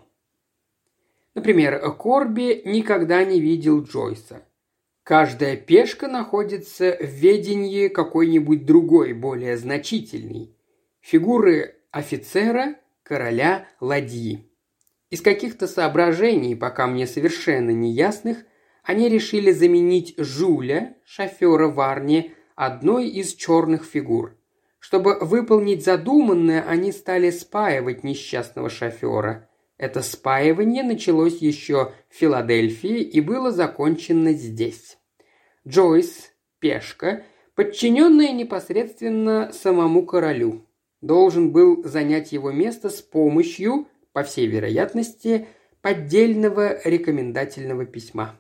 Например, Корби никогда не видел Джойса. Каждая пешка находится в ведении какой-нибудь другой, более значительной. Фигуры офицера, короля, ладьи. Из каких-то соображений, пока мне совершенно неясных, они решили заменить Жюля, шофера Варни, одной из черных фигур. Чтобы выполнить задуманное, они стали спаивать несчастного шофера. Это спаивание началось еще в Филадельфии и было закончено здесь. Джойс, пешка, подчиненная непосредственно самому королю, должен был занять его место с помощью, по всей вероятности, поддельного рекомендательного письма.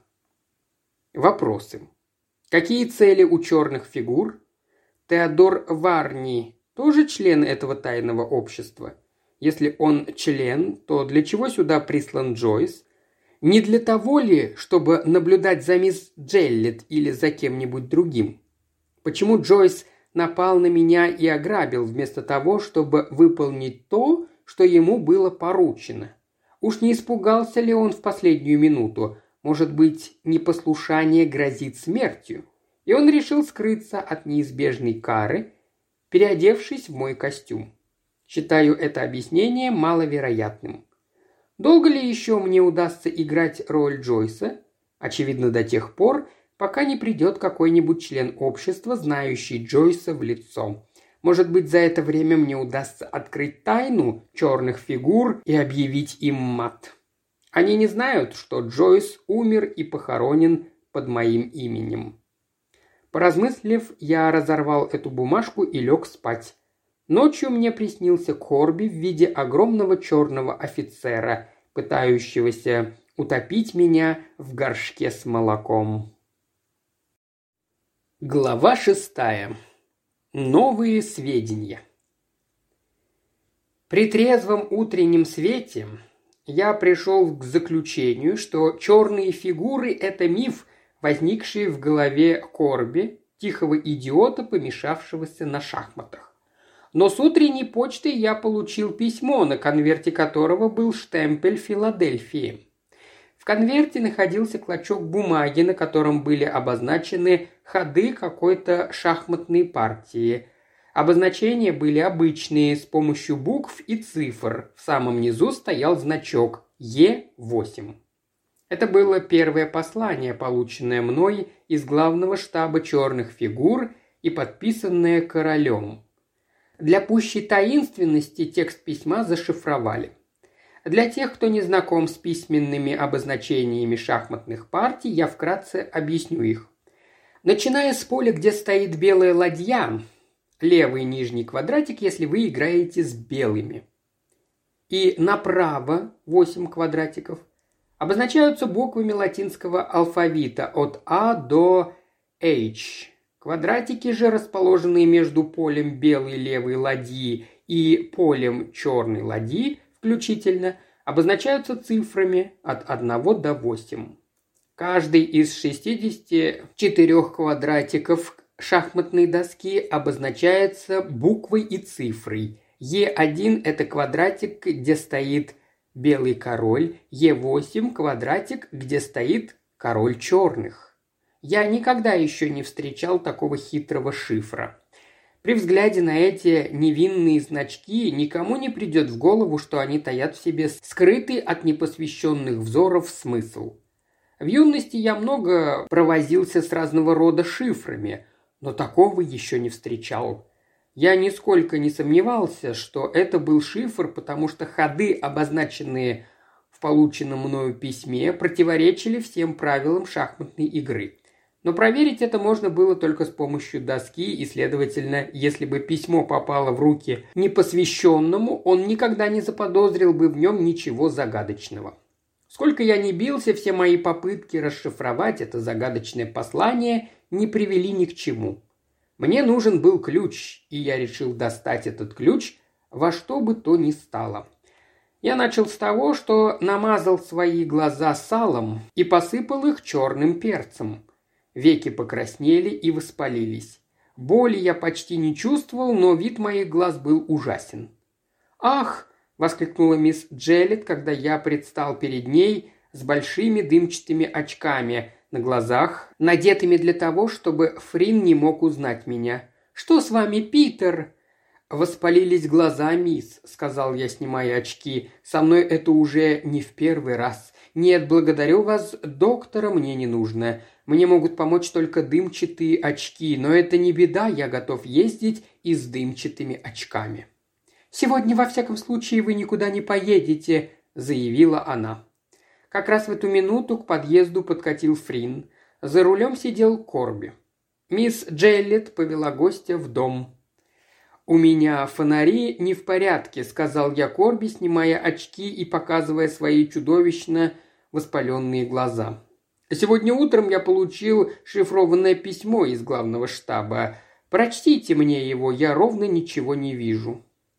Вопросы. Какие цели у черных фигур? Теодор Варни тоже член этого тайного общества? Если он член, то для чего сюда прислан Джойс? Не для того ли, чтобы наблюдать за мисс Джеллет или за кем-нибудь другим? Почему Джойс напал на меня и ограбил, вместо того, чтобы выполнить то, что ему было поручено? Уж не испугался ли он в последнюю минуту? Может быть, непослушание грозит смертью? И он решил скрыться от неизбежной кары, переодевшись в мой костюм. Считаю это объяснение маловероятным. Долго ли еще мне удастся играть роль Джойса? Очевидно, до тех пор, пока не придет какой-нибудь член общества, знающий Джойса в лицо. Может быть, за это время мне удастся открыть тайну черных фигур и объявить им мат. Они не знают, что Джойс умер и похоронен под моим именем. Поразмыслив, я разорвал эту бумажку и лег спать. Ночью мне приснился Корби в виде огромного черного офицера, пытающегося утопить меня в горшке с молоком. Глава шестая. Новые сведения. При трезвом утреннем свете я пришел к заключению, что черные фигуры – это миф, возникший в голове Корби, тихого идиота, помешавшегося на шахматах. Но с утренней почты я получил письмо, на конверте которого был штемпель Филадельфии. В конверте находился клочок бумаги, на котором были обозначены ходы какой-то шахматной партии. Обозначения были обычные, с помощью букв и цифр. В самом низу стоял значок Е восемь. Это было первое послание, полученное мной из главного штаба черных фигур и подписанное королем. Для пущей таинственности текст письма зашифровали. Для тех, кто не знаком с письменными обозначениями шахматных партий, я вкратце объясню их. Начиная с поля, где стоит белая ладья, левый нижний квадратик, если вы играете с белыми, и направо восемь квадратиков, обозначаются буквами латинского алфавита от А до H. Квадратики же, расположенные между полем белой левой ладьи и полем черной ладьи, включительно, обозначаются цифрами от одного до восьми. Каждый из шестидесяти четырёх квадратиков шахматной доски обозначается буквой и цифрой. Е один – это квадратик, где стоит белый король, Е восемь – квадратик, где стоит король черных. Я никогда еще не встречал такого хитрого шифра. При взгляде на эти невинные значки никому не придет в голову, что они таят в себе скрытый от непосвященных взоров смысл. В юности я много провозился с разного рода шифрами, но такого еще не встречал. Я нисколько не сомневался, что это был шифр, потому что ходы, обозначенные в полученном мною письме, противоречили всем правилам шахматной игры. Но проверить это можно было только с помощью доски, и, следовательно, если бы письмо попало в руки непосвященному, он никогда не заподозрил бы в нем ничего загадочного. Сколько я ни бился, все мои попытки расшифровать это загадочное послание не привели ни к чему. Мне нужен был ключ, и я решил достать этот ключ во что бы то ни стало. Я начал с того, что намазал свои глаза салом и посыпал их черным перцем. Веки покраснели и воспалились. Боли я почти не чувствовал, но вид моих глаз был ужасен. «Ах!» – воскликнула мисс Джеллет, когда я предстал перед ней с большими дымчатыми очками на глазах, надетыми для того, чтобы Фрин не мог узнать меня. «Что с вами, Питер?» «Воспалились глаза, мисс», – сказал я, снимая очки. «Со мной это уже не в первый раз. Нет, благодарю вас, доктора мне не нужно. Мне могут помочь только дымчатые очки, но это не беда, я готов ездить и с дымчатыми очками». «Сегодня, во всяком случае, вы никуда не поедете», – заявила она. Как раз в эту минуту к подъезду подкатил Фрин. За рулем сидел Корби. Мисс Джеллет повела гостя в дом. «У меня фонари не в порядке», – сказал я Корби, снимая очки и показывая свои чудовищно воспаленные глаза. «Сегодня утром я получил шифрованное письмо из главного штаба. Прочтите мне его, я ровно ничего не вижу».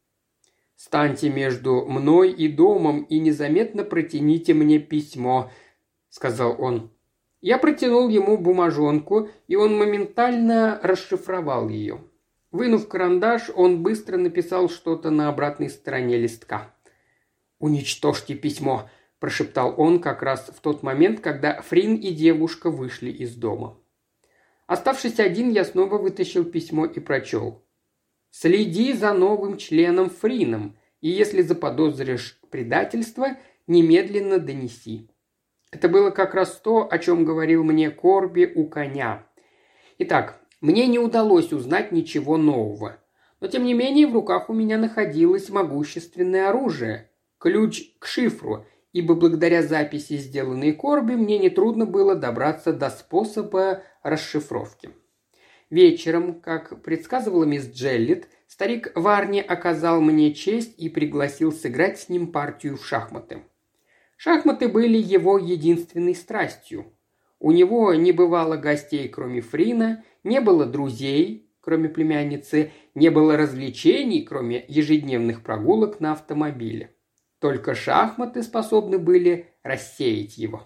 «Станьте между мной и домом и незаметно протяните мне письмо», – сказал он. Я протянул ему бумажонку, и он моментально расшифровал ее. Вынув карандаш, он быстро написал что-то на обратной стороне листка. «Уничтожьте письмо», – прошептал он как раз в тот момент, когда Фрин и девушка вышли из дома. Оставшись один, я снова вытащил письмо и прочел. «Следи за новым членом Фрином, и если заподозришь предательство, немедленно донеси». Это было как раз то, о чем говорил мне Корби у коня. Итак, мне не удалось узнать ничего нового. Но, тем не менее, в руках у меня находилось могущественное оружие – ключ к шифру, ибо благодаря записи, сделанной Корби, мне нетрудно было добраться до способа расшифровки. Вечером, как предсказывала мисс Джеллет, старик Варни оказал мне честь и пригласил сыграть с ним партию в шахматы. Шахматы были его единственной страстью. У него не бывало гостей, кроме Фрина, не было друзей, кроме племянницы, не было развлечений, кроме ежедневных прогулок на автомобиле. Только шахматы способны были рассеять его.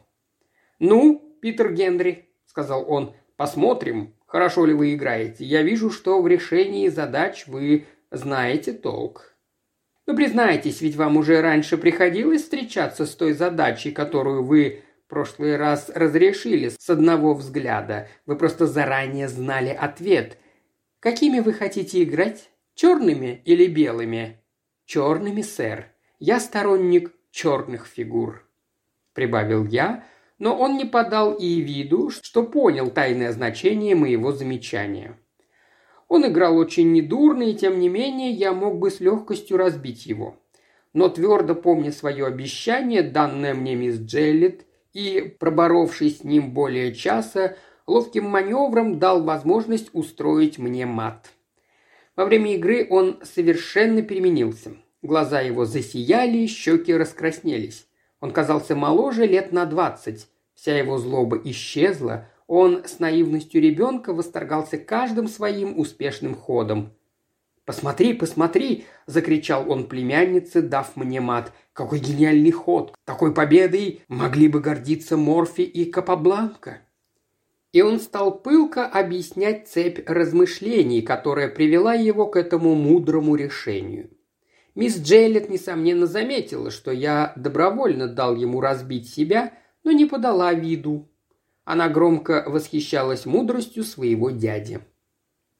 «Ну, Питер Генри», – сказал он, – «посмотрим, хорошо ли вы играете. Я вижу, что в решении задач вы знаете толк». «Ну, признайтесь, ведь вам уже раньше приходилось встречаться с той задачей, которую вы в прошлый раз разрешили с одного взгляда. Вы просто заранее знали ответ. Какими вы хотите играть? Черными или белыми?» «Черными, сэр. Я сторонник черных фигур», – прибавил я, но он не подал и виду, что понял тайное значение моего замечания. Он играл очень недурно, и тем не менее я мог бы с легкостью разбить его. Но твердо помня свое обещание, данное мне мисс Джеллет, и, проборовшись с ним более часа, ловким маневром дал возможность устроить мне мат. Во время игры он совершенно переменился. Глаза его засияли, щеки раскраснелись. Он казался моложе лет на двадцать. Вся его злоба исчезла. Он с наивностью ребенка восторгался каждым своим успешным ходом. «Посмотри, посмотри!» – закричал он племяннице, дав мне мат. «Какой гениальный ход! Такой победой могли бы гордиться Морфи и Капабланка!» И он стал пылко объяснять цепь размышлений, которая привела его к этому мудрому решению. Мисс Джеллет, несомненно, заметила, что я добровольно дал ему разбить себя, но не подала виду. Она громко восхищалась мудростью своего дяди.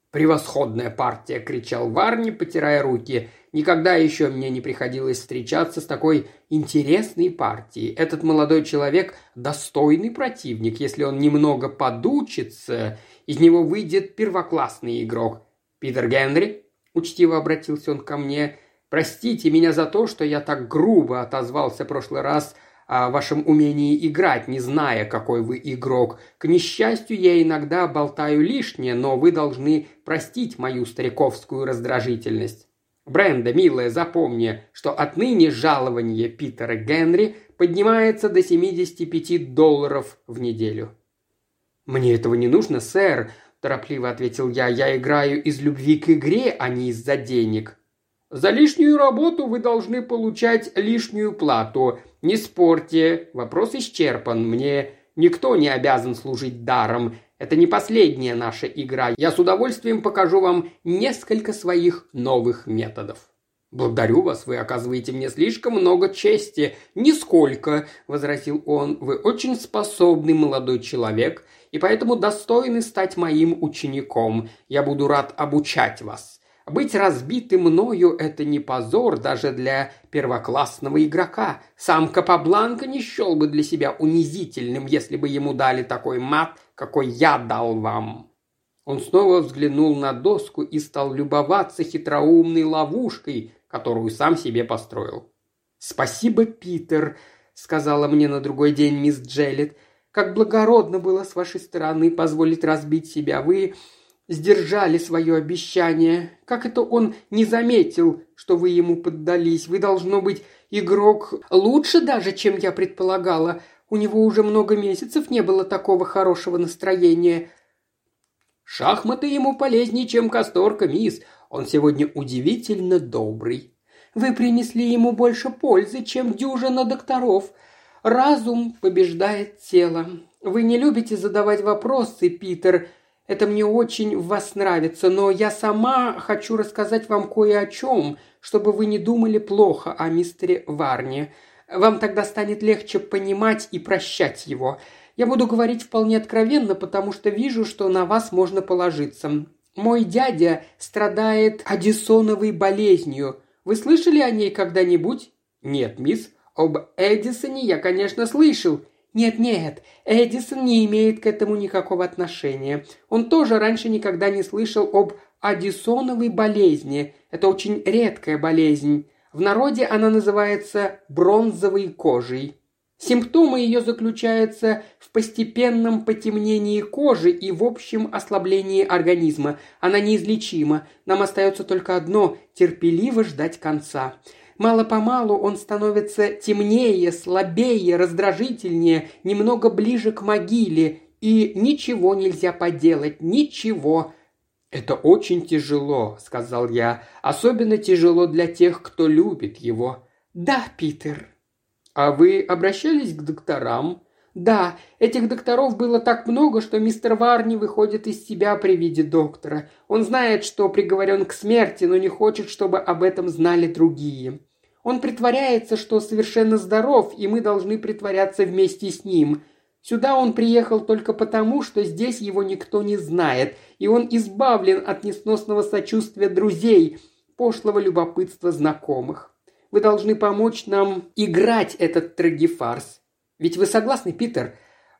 «Превосходная партия!» – кричал Варни, потирая руки. «Никогда еще мне не приходилось встречаться с такой интересной партией. Этот молодой человек – достойный противник. Если он немного подучится, из него выйдет первоклассный игрок. Питер Генри?» – учтиво обратился он ко мне. «Простите меня за то, что я так грубо отозвался в прошлый раз о вашем умении играть, не зная, какой вы игрок. К несчастью, я иногда болтаю лишнее, но вы должны простить мою стариковскую раздражительность. Бренда, милая, запомни, что отныне жалование Питера Генри поднимается до семьдесят пять долларов в неделю». «Мне этого не нужно, сэр», – торопливо ответил я. «Я играю из любви к игре, а не из-за денег». «За лишнюю работу вы должны получать лишнюю плату. Не спорьте, вопрос исчерпан. Мне никто не обязан служить даром. Это не последняя наша игра. Я с удовольствием покажу вам несколько своих новых методов». «Благодарю вас, вы оказываете мне слишком много чести». «Нисколько», – возразил он, – «вы очень способный молодой человек и поэтому достойны стать моим учеником. Я буду рад обучать вас. Быть разбитым мною – это не позор даже для первоклассного игрока. Сам Капабланка не счел бы для себя унизительным, если бы ему дали такой мат, какой я дал вам». Он снова взглянул на доску и стал любоваться хитроумной ловушкой, которую сам себе построил. «Спасибо, Питер», – сказала мне на другой день мисс Джеллет. «Как благородно было с вашей стороны позволить разбить себя. Вы сдержали свое обещание. Как это он не заметил, что вы ему поддались? Вы, должно быть, игрок лучше даже, чем я предполагала. У него уже много месяцев не было такого хорошего настроения». «Шахматы ему полезнее, чем касторка, мисс. Он сегодня удивительно добрый». «Вы принесли ему больше пользы, чем дюжина докторов. Разум побеждает тело. Вы не любите задавать вопросы, Питер. Это мне очень в вас нравится, но я сама хочу рассказать вам кое о чем, чтобы вы не думали плохо о мистере Варне. Вам тогда станет легче понимать и прощать его. Я буду говорить вполне откровенно, потому что вижу, что на вас можно положиться. Мой дядя страдает Аддисоновой болезнью. Вы слышали о ней когда-нибудь?» «Нет, мисс. Об Эдисоне я, конечно, слышал». «Нет-нет, Эдисон не имеет к этому никакого отношения. Он тоже раньше никогда не слышал об Аддисоновой болезни. Это очень редкая болезнь. В народе она называется бронзовой кожей. Симптомы ее заключаются в постепенном потемнении кожи и в общем ослаблении организма. Она неизлечима. Нам остается только одно – терпеливо ждать конца. Мало-помалу он становится темнее, слабее, раздражительнее, немного ближе к могиле, и ничего нельзя поделать, ничего». «Это очень тяжело», – сказал я, – «особенно тяжело для тех, кто любит его». «Да, Питер». «А вы обращались к докторам?» «Да, этих докторов было так много, что мистер Варни выходит из себя при виде доктора. Он знает, что приговорен к смерти, но не хочет, чтобы об этом знали другие. Он притворяется, что совершенно здоров, и мы должны притворяться вместе с ним. Сюда он приехал только потому, что здесь его никто не знает, и он избавлен от несносного сочувствия друзей, пошлого любопытства знакомых. Вы должны помочь нам играть этот трагефарс. Ведь вы согласны, Питер?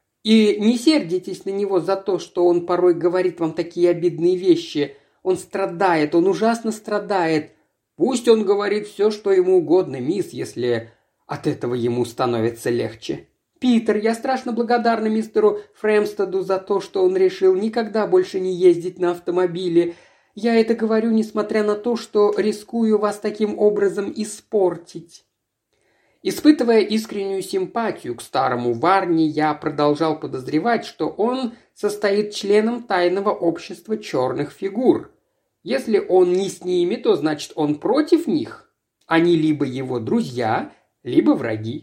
И не сердитесь на него за то, что он порой говорит вам такие обидные вещи. Он страдает, он ужасно страдает. Пусть он говорит все, что ему угодно, мисс, если от этого ему становится легче. Питер, я страшно благодарна мистеру Фрэмстеду за то, что он решил никогда больше не ездить на автомобиле. Я это говорю, несмотря на то, что рискую вас таким образом испортить». Испытывая искреннюю симпатию к старому Варни, я продолжал подозревать, что он состоит членом тайного общества черных фигур. Если он не с ними, то значит он против них. Они либо его друзья, либо враги.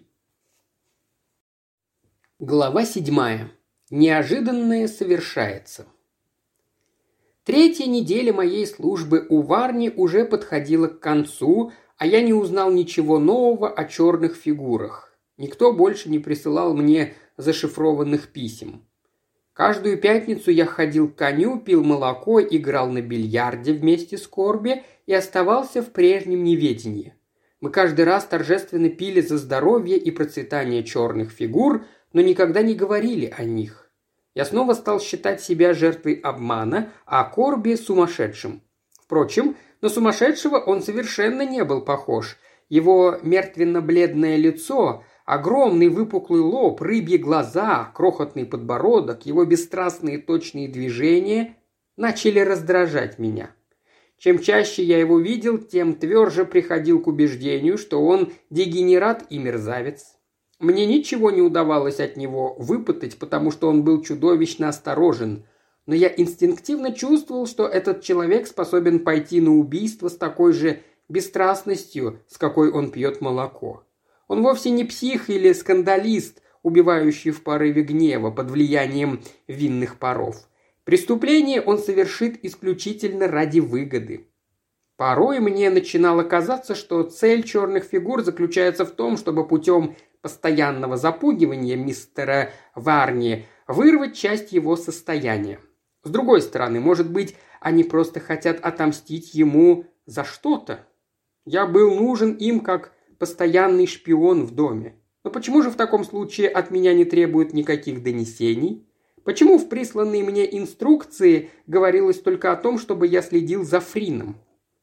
Глава седьмая. Неожиданное совершается. Третья неделя моей службы у Варни уже подходила к концу, а я не узнал ничего нового о черных фигурах. Никто больше не присылал мне зашифрованных писем. Каждую пятницу я ходил к коню, пил молоко, играл на бильярде вместе с Корби и оставался в прежнем неведении. Мы каждый раз торжественно пили за здоровье и процветание черных фигур, но никогда не говорили о них. Я снова стал считать себя жертвой обмана, а Корби сумасшедшим. Впрочем, на сумасшедшего он совершенно не был похож. Его мертвенно-бледное лицо, огромный выпуклый лоб, рыбьи глаза, крохотный подбородок, его бесстрастные точные движения начали раздражать меня. Чем чаще я его видел, тем тверже приходил к убеждению, что он дегенерат и мерзавец. Мне ничего не удавалось от него выпытать, потому что он был чудовищно осторожен, но я инстинктивно чувствовал, что этот человек способен пойти на убийство с такой же бесстрастностью, с какой он пьет молоко. Он вовсе не псих или скандалист, убивающий в порыве гнева под влиянием винных паров. Преступление он совершит исключительно ради выгоды. Порой мне начинало казаться, что цель черных фигур заключается в том, чтобы путем постоянного запугивания мистера Варни вырвать часть его состояния. С другой стороны, может быть, они просто хотят отомстить ему за что-то. Я был нужен им как постоянный шпион в доме. Но почему же в таком случае от меня не требуют никаких донесений? Почему в присланной мне инструкции говорилось только о том, чтобы я следил за Фрином?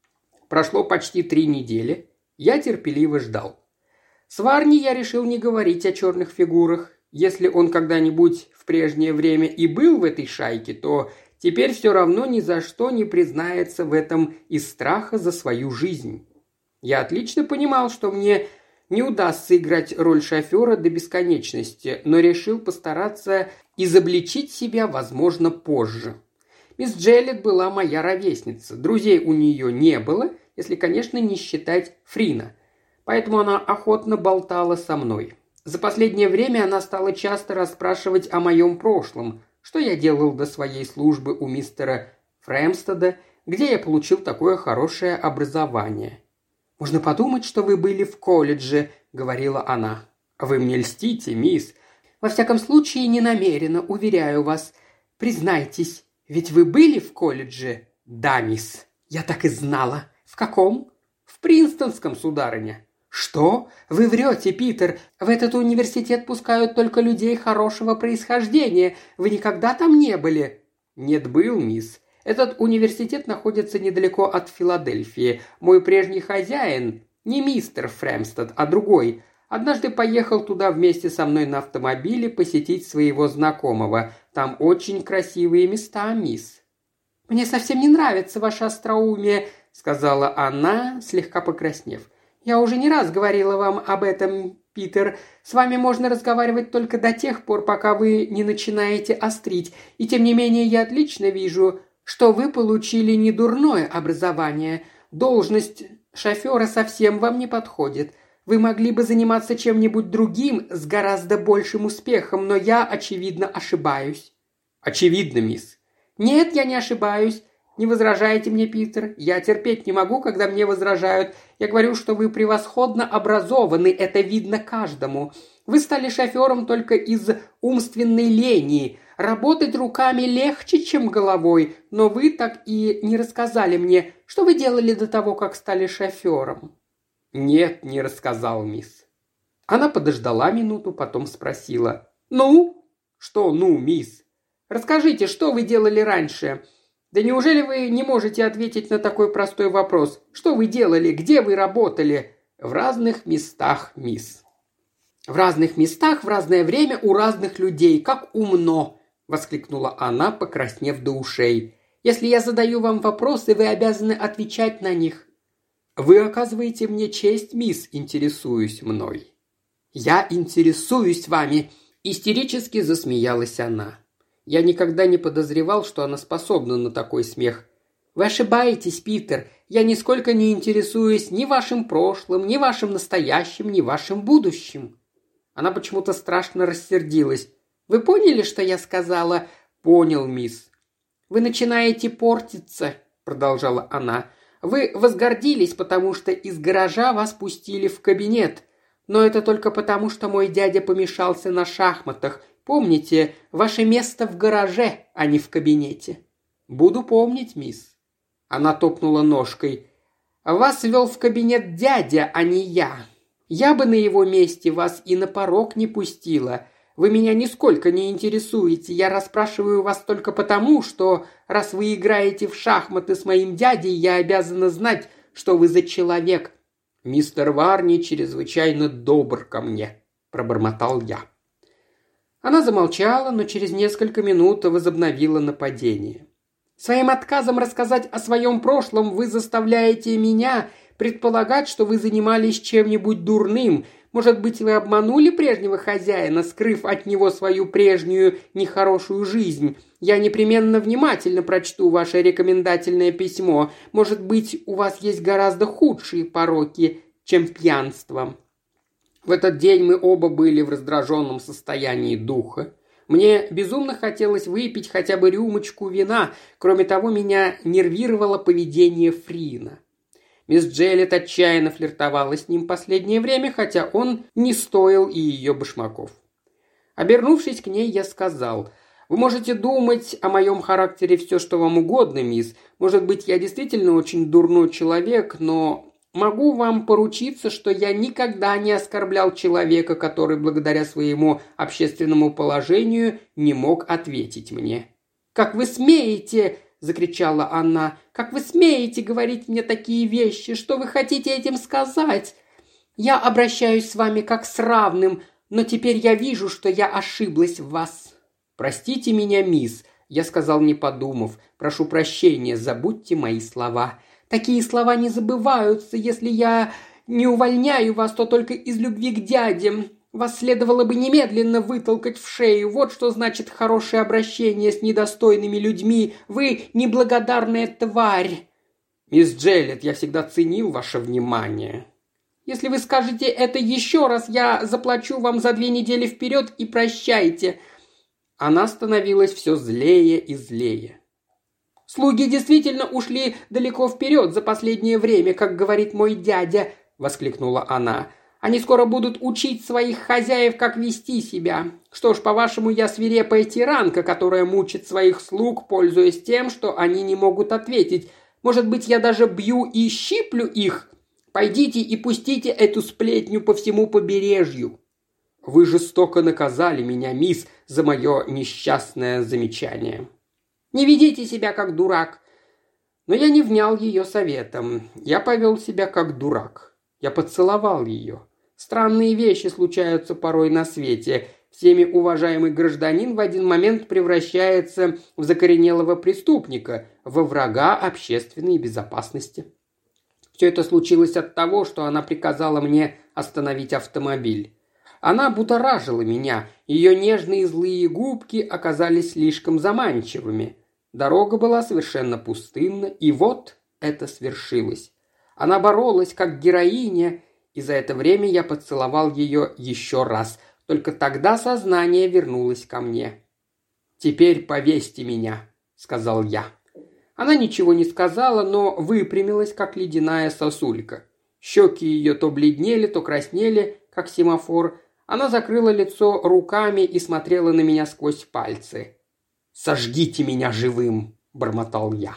Прошло почти три недели. Я терпеливо ждал. С Варни я решил не говорить о черных фигурах. Если он когда-нибудь в прежнее время и был в этой шайке, то теперь все равно ни за что не признается в этом из страха за свою жизнь. Я отлично понимал, что мне не удастся играть роль шофера до бесконечности, но решил постараться изобличить себя, возможно, позже. Мисс Джеллет была моя ровесница, друзей у нее не было, если, конечно, не считать Фрина, поэтому она охотно болтала со мной. За последнее время она стала часто расспрашивать о моем прошлом, что я делал до своей службы у мистера Фрэмстеда, где я получил такое хорошее образование. «Можно подумать, что вы были в колледже», — говорила она. «Вы мне льстите, мисс. Во всяком случае, не намеренно, уверяю вас. Признайтесь, ведь вы были в колледже?» «Да, мисс». «Я так и знала. В каком?» «В Принстонском, сударыня». «Что? Вы врете, Питер. В этот университет пускают только людей хорошего происхождения. Вы никогда там не были?» «Нет, был, мисс. Этот университет находится недалеко от Филадельфии. Мой прежний хозяин, не мистер Фрэмстед, а другой, однажды поехал туда вместе со мной на автомобиле посетить своего знакомого. Там очень красивые места, мисс». «Мне совсем не нравится ваше остроумие», — сказала она, слегка покраснев. «Я уже не раз говорила вам об этом, Питер. С вами можно разговаривать только до тех пор, пока вы не начинаете острить. И тем не менее я отлично вижу, что вы получили недурное образование. Должность шофера совсем вам не подходит. Вы могли бы заниматься чем-нибудь другим с гораздо большим успехом, но я, очевидно, ошибаюсь». «Очевидно, мисс». «Нет, я не ошибаюсь. Не возражайте мне, Питер. Я терпеть не могу, когда мне возражают. Я говорю, что вы превосходно образованы, это видно каждому. Вы стали шофером только из умственной лени. Работать руками легче, чем головой, но вы так и не рассказали мне, что вы делали до того, как стали шофером». «Нет, не рассказал, мисс». Она подождала минуту, потом спросила. «Ну?» «Что «ну», мисс?» «Расскажите, что вы делали раньше?» «Да неужели вы не можете ответить на такой простой вопрос? Что вы делали? Где вы работали?» «В разных местах, мисс». «В разных местах, в разное время, у разных людей. Как умно!» – воскликнула она, покраснев до ушей. «Если я задаю вам вопросы, вы обязаны отвечать на них». «Вы оказываете мне честь, мисс, интересуюсь мной». «Я интересуюсь вами!» – истерически засмеялась она. Я никогда не подозревал, что она способна на такой смех. «Вы ошибаетесь, Питер. Я нисколько не интересуюсь ни вашим прошлым, ни вашим настоящим, ни вашим будущим». Она почему-то страшно рассердилась. «Вы поняли, что я сказала?» «Понял, мисс». «Вы начинаете портиться», — продолжала она. «Вы возгордились, потому что из гаража вас пустили в кабинет. Но это только потому, что мой дядя помешался на шахматах. Помните, ваше место в гараже, а не в кабинете». «Буду помнить, мисс». Она топнула ножкой. «Вас вел в кабинет дядя, а не я. Я бы на его месте вас и на порог не пустила. Вы меня нисколько не интересуете. Я расспрашиваю вас только потому, что, раз вы играете в шахматы с моим дядей, я обязана знать, что вы за человек». «Мистер Варни чрезвычайно добр ко мне», – пробормотал я. Она замолчала, но через несколько минут возобновила нападение. «Своим отказом рассказать о своем прошлом вы заставляете меня предполагать, что вы занимались чем-нибудь дурным. Может быть, вы обманули прежнего хозяина, скрыв от него свою прежнюю нехорошую жизнь. Я непременно внимательно прочту ваше рекомендательное письмо. Может быть, у вас есть гораздо худшие пороки, чем пьянство». В этот день мы оба были в раздраженном состоянии духа. Мне безумно хотелось выпить хотя бы рюмочку вина. Кроме того, меня нервировало поведение Фрина. Мисс Джеллет отчаянно флиртовала с ним последнее время, хотя он не стоил и ее башмаков. Обернувшись к ней, я сказал: «Вы можете думать о моем характере все, что вам угодно, мисс. Может быть, я действительно очень дурной человек, но могу вам поручиться, что я никогда не оскорблял человека, который благодаря своему общественному положению не мог ответить мне». «Как вы смеете!» – закричала она. «Как вы смеете говорить мне такие вещи? Что вы хотите этим сказать? Я обращаюсь с вами как с равным, но теперь я вижу, что я ошиблась в вас». «Простите меня, мисс», – я сказал, не подумав. «Прошу прощения, забудьте мои слова». «Такие слова не забываются. Если я не увольняю вас, то только из любви к дяде. Вас следовало бы немедленно вытолкать в шею. Вот что значит хорошее обращение с недостойными людьми. Вы неблагодарная тварь». «Мисс Джеллет, я всегда ценил ваше внимание». «Если вы скажете это еще раз, я заплачу вам за две недели вперед и прощайте». Она становилась все злее и злее. «Слуги действительно ушли далеко вперед за последнее время, как говорит мой дядя», – воскликнула она. «Они скоро будут учить своих хозяев, как вести себя. Что ж, по-вашему, я свирепая тиранка, которая мучит своих слуг, пользуясь тем, что они не могут ответить. Может быть, я даже бью и щиплю их? Пойдите и пустите эту сплетню по всему побережью». «Вы жестоко наказали меня, мисс, за мое несчастное замечание». «Не ведите себя как дурак». Но я не внял ее советом. Я повел себя как дурак. Я поцеловал ее. Странные вещи случаются порой на свете. Всеми уважаемый гражданин в один момент превращается в закоренелого преступника, во врага общественной безопасности. Все это случилось от того, что она приказала мне остановить автомобиль. Она будоражила меня. Ее нежные злые губки оказались слишком заманчивыми. Дорога была совершенно пустынна, и вот это свершилось. Она боролась, как героиня, и за это время я поцеловал ее еще раз. Только тогда сознание вернулось ко мне. «Теперь повесьте меня», — сказал я. Она ничего не сказала, но выпрямилась, как ледяная сосулька. Щеки ее то бледнели, то краснели, как семафор. Она закрыла лицо руками и смотрела на меня сквозь пальцы. «Сожгите меня живым!» – бормотал я.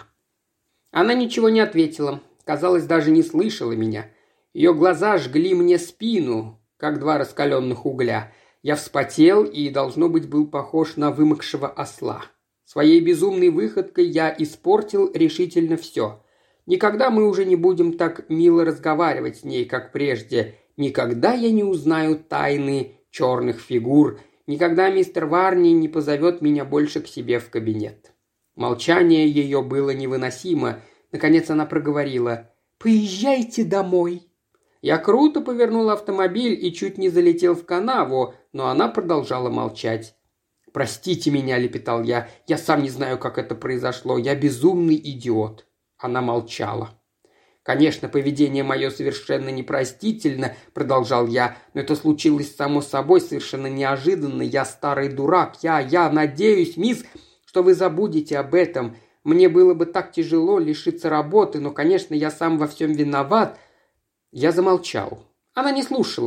Она ничего не ответила, казалось, даже не слышала меня. Ее глаза жгли мне спину, как два раскаленных угля. Я вспотел и, должно быть, был похож на вымокшего осла. Своей безумной выходкой я испортил решительно все. Никогда мы уже не будем так мило разговаривать с ней, как прежде. Никогда я не узнаю тайны черных фигур. Никогда мистер Варни не позовет меня больше к себе в кабинет. Молчание ее было невыносимо. Наконец она проговорила: «Поезжайте домой». Я круто повернул автомобиль и чуть не залетел в канаву, но она продолжала молчать. «Простите меня», – лепетал я, – «я сам не знаю, как это произошло. Я безумный идиот». Она молчала. «Конечно, поведение мое совершенно непростительно», – продолжал я, – «но это случилось само собой, совершенно неожиданно. Я старый дурак. Я, я надеюсь, мисс, что вы забудете об этом. Мне было бы так тяжело лишиться работы, но, конечно, я сам во всем виноват». Я замолчал. Она не слушала.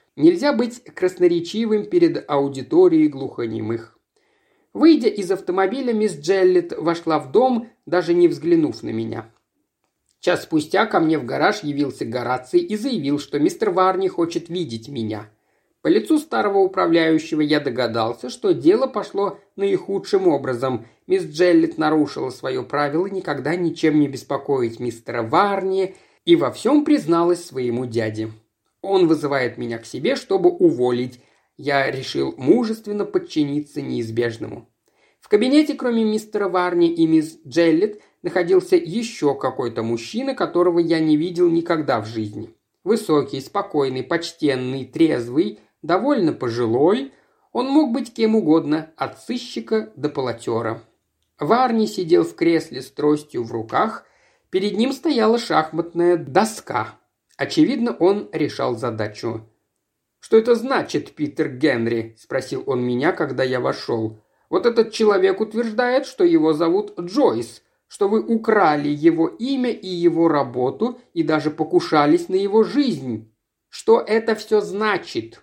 Нельзя быть красноречивым перед аудиторией глухонемых. Выйдя из автомобиля, мисс Джеллет вошла в дом, даже не взглянув на меня. Час спустя ко мне в гараж явился Гораций и заявил, что мистер Варни хочет видеть меня. По лицу старого управляющего я догадался, что дело пошло наихудшим образом. Мисс Джеллет нарушила свое правило никогда ничем не беспокоить мистера Варни и во всем призналась своему дяде. Он вызывает меня к себе, чтобы уволить. Я решил мужественно подчиниться неизбежному. В кабинете, кроме мистера Варни и мисс Джеллет, находился еще какой-то мужчина, которого я не видел никогда в жизни. Высокий, спокойный, почтенный, трезвый, довольно пожилой, он мог быть кем угодно, от сыщика до полотера. Варни сидел в кресле с тростью в руках, перед ним стояла шахматная доска. Очевидно, он решал задачу. «Что это значит, Питер Генри?» – спросил он меня, когда я вошел. «Вот этот человек утверждает, что его зовут Джойс, что вы украли его имя и его работу и даже покушались на его жизнь. Что это все значит?»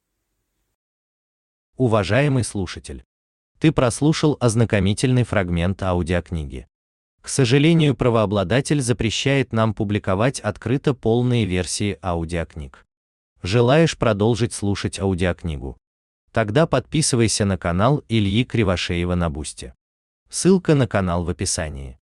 Уважаемый слушатель, ты прослушал ознакомительный фрагмент аудиокниги. К сожалению, правообладатель запрещает нам публиковать открыто полные версии аудиокниг. Желаешь продолжить слушать аудиокнигу? Тогда подписывайся на канал Ильи Кривошеева на Бусти. Ссылка на канал в описании.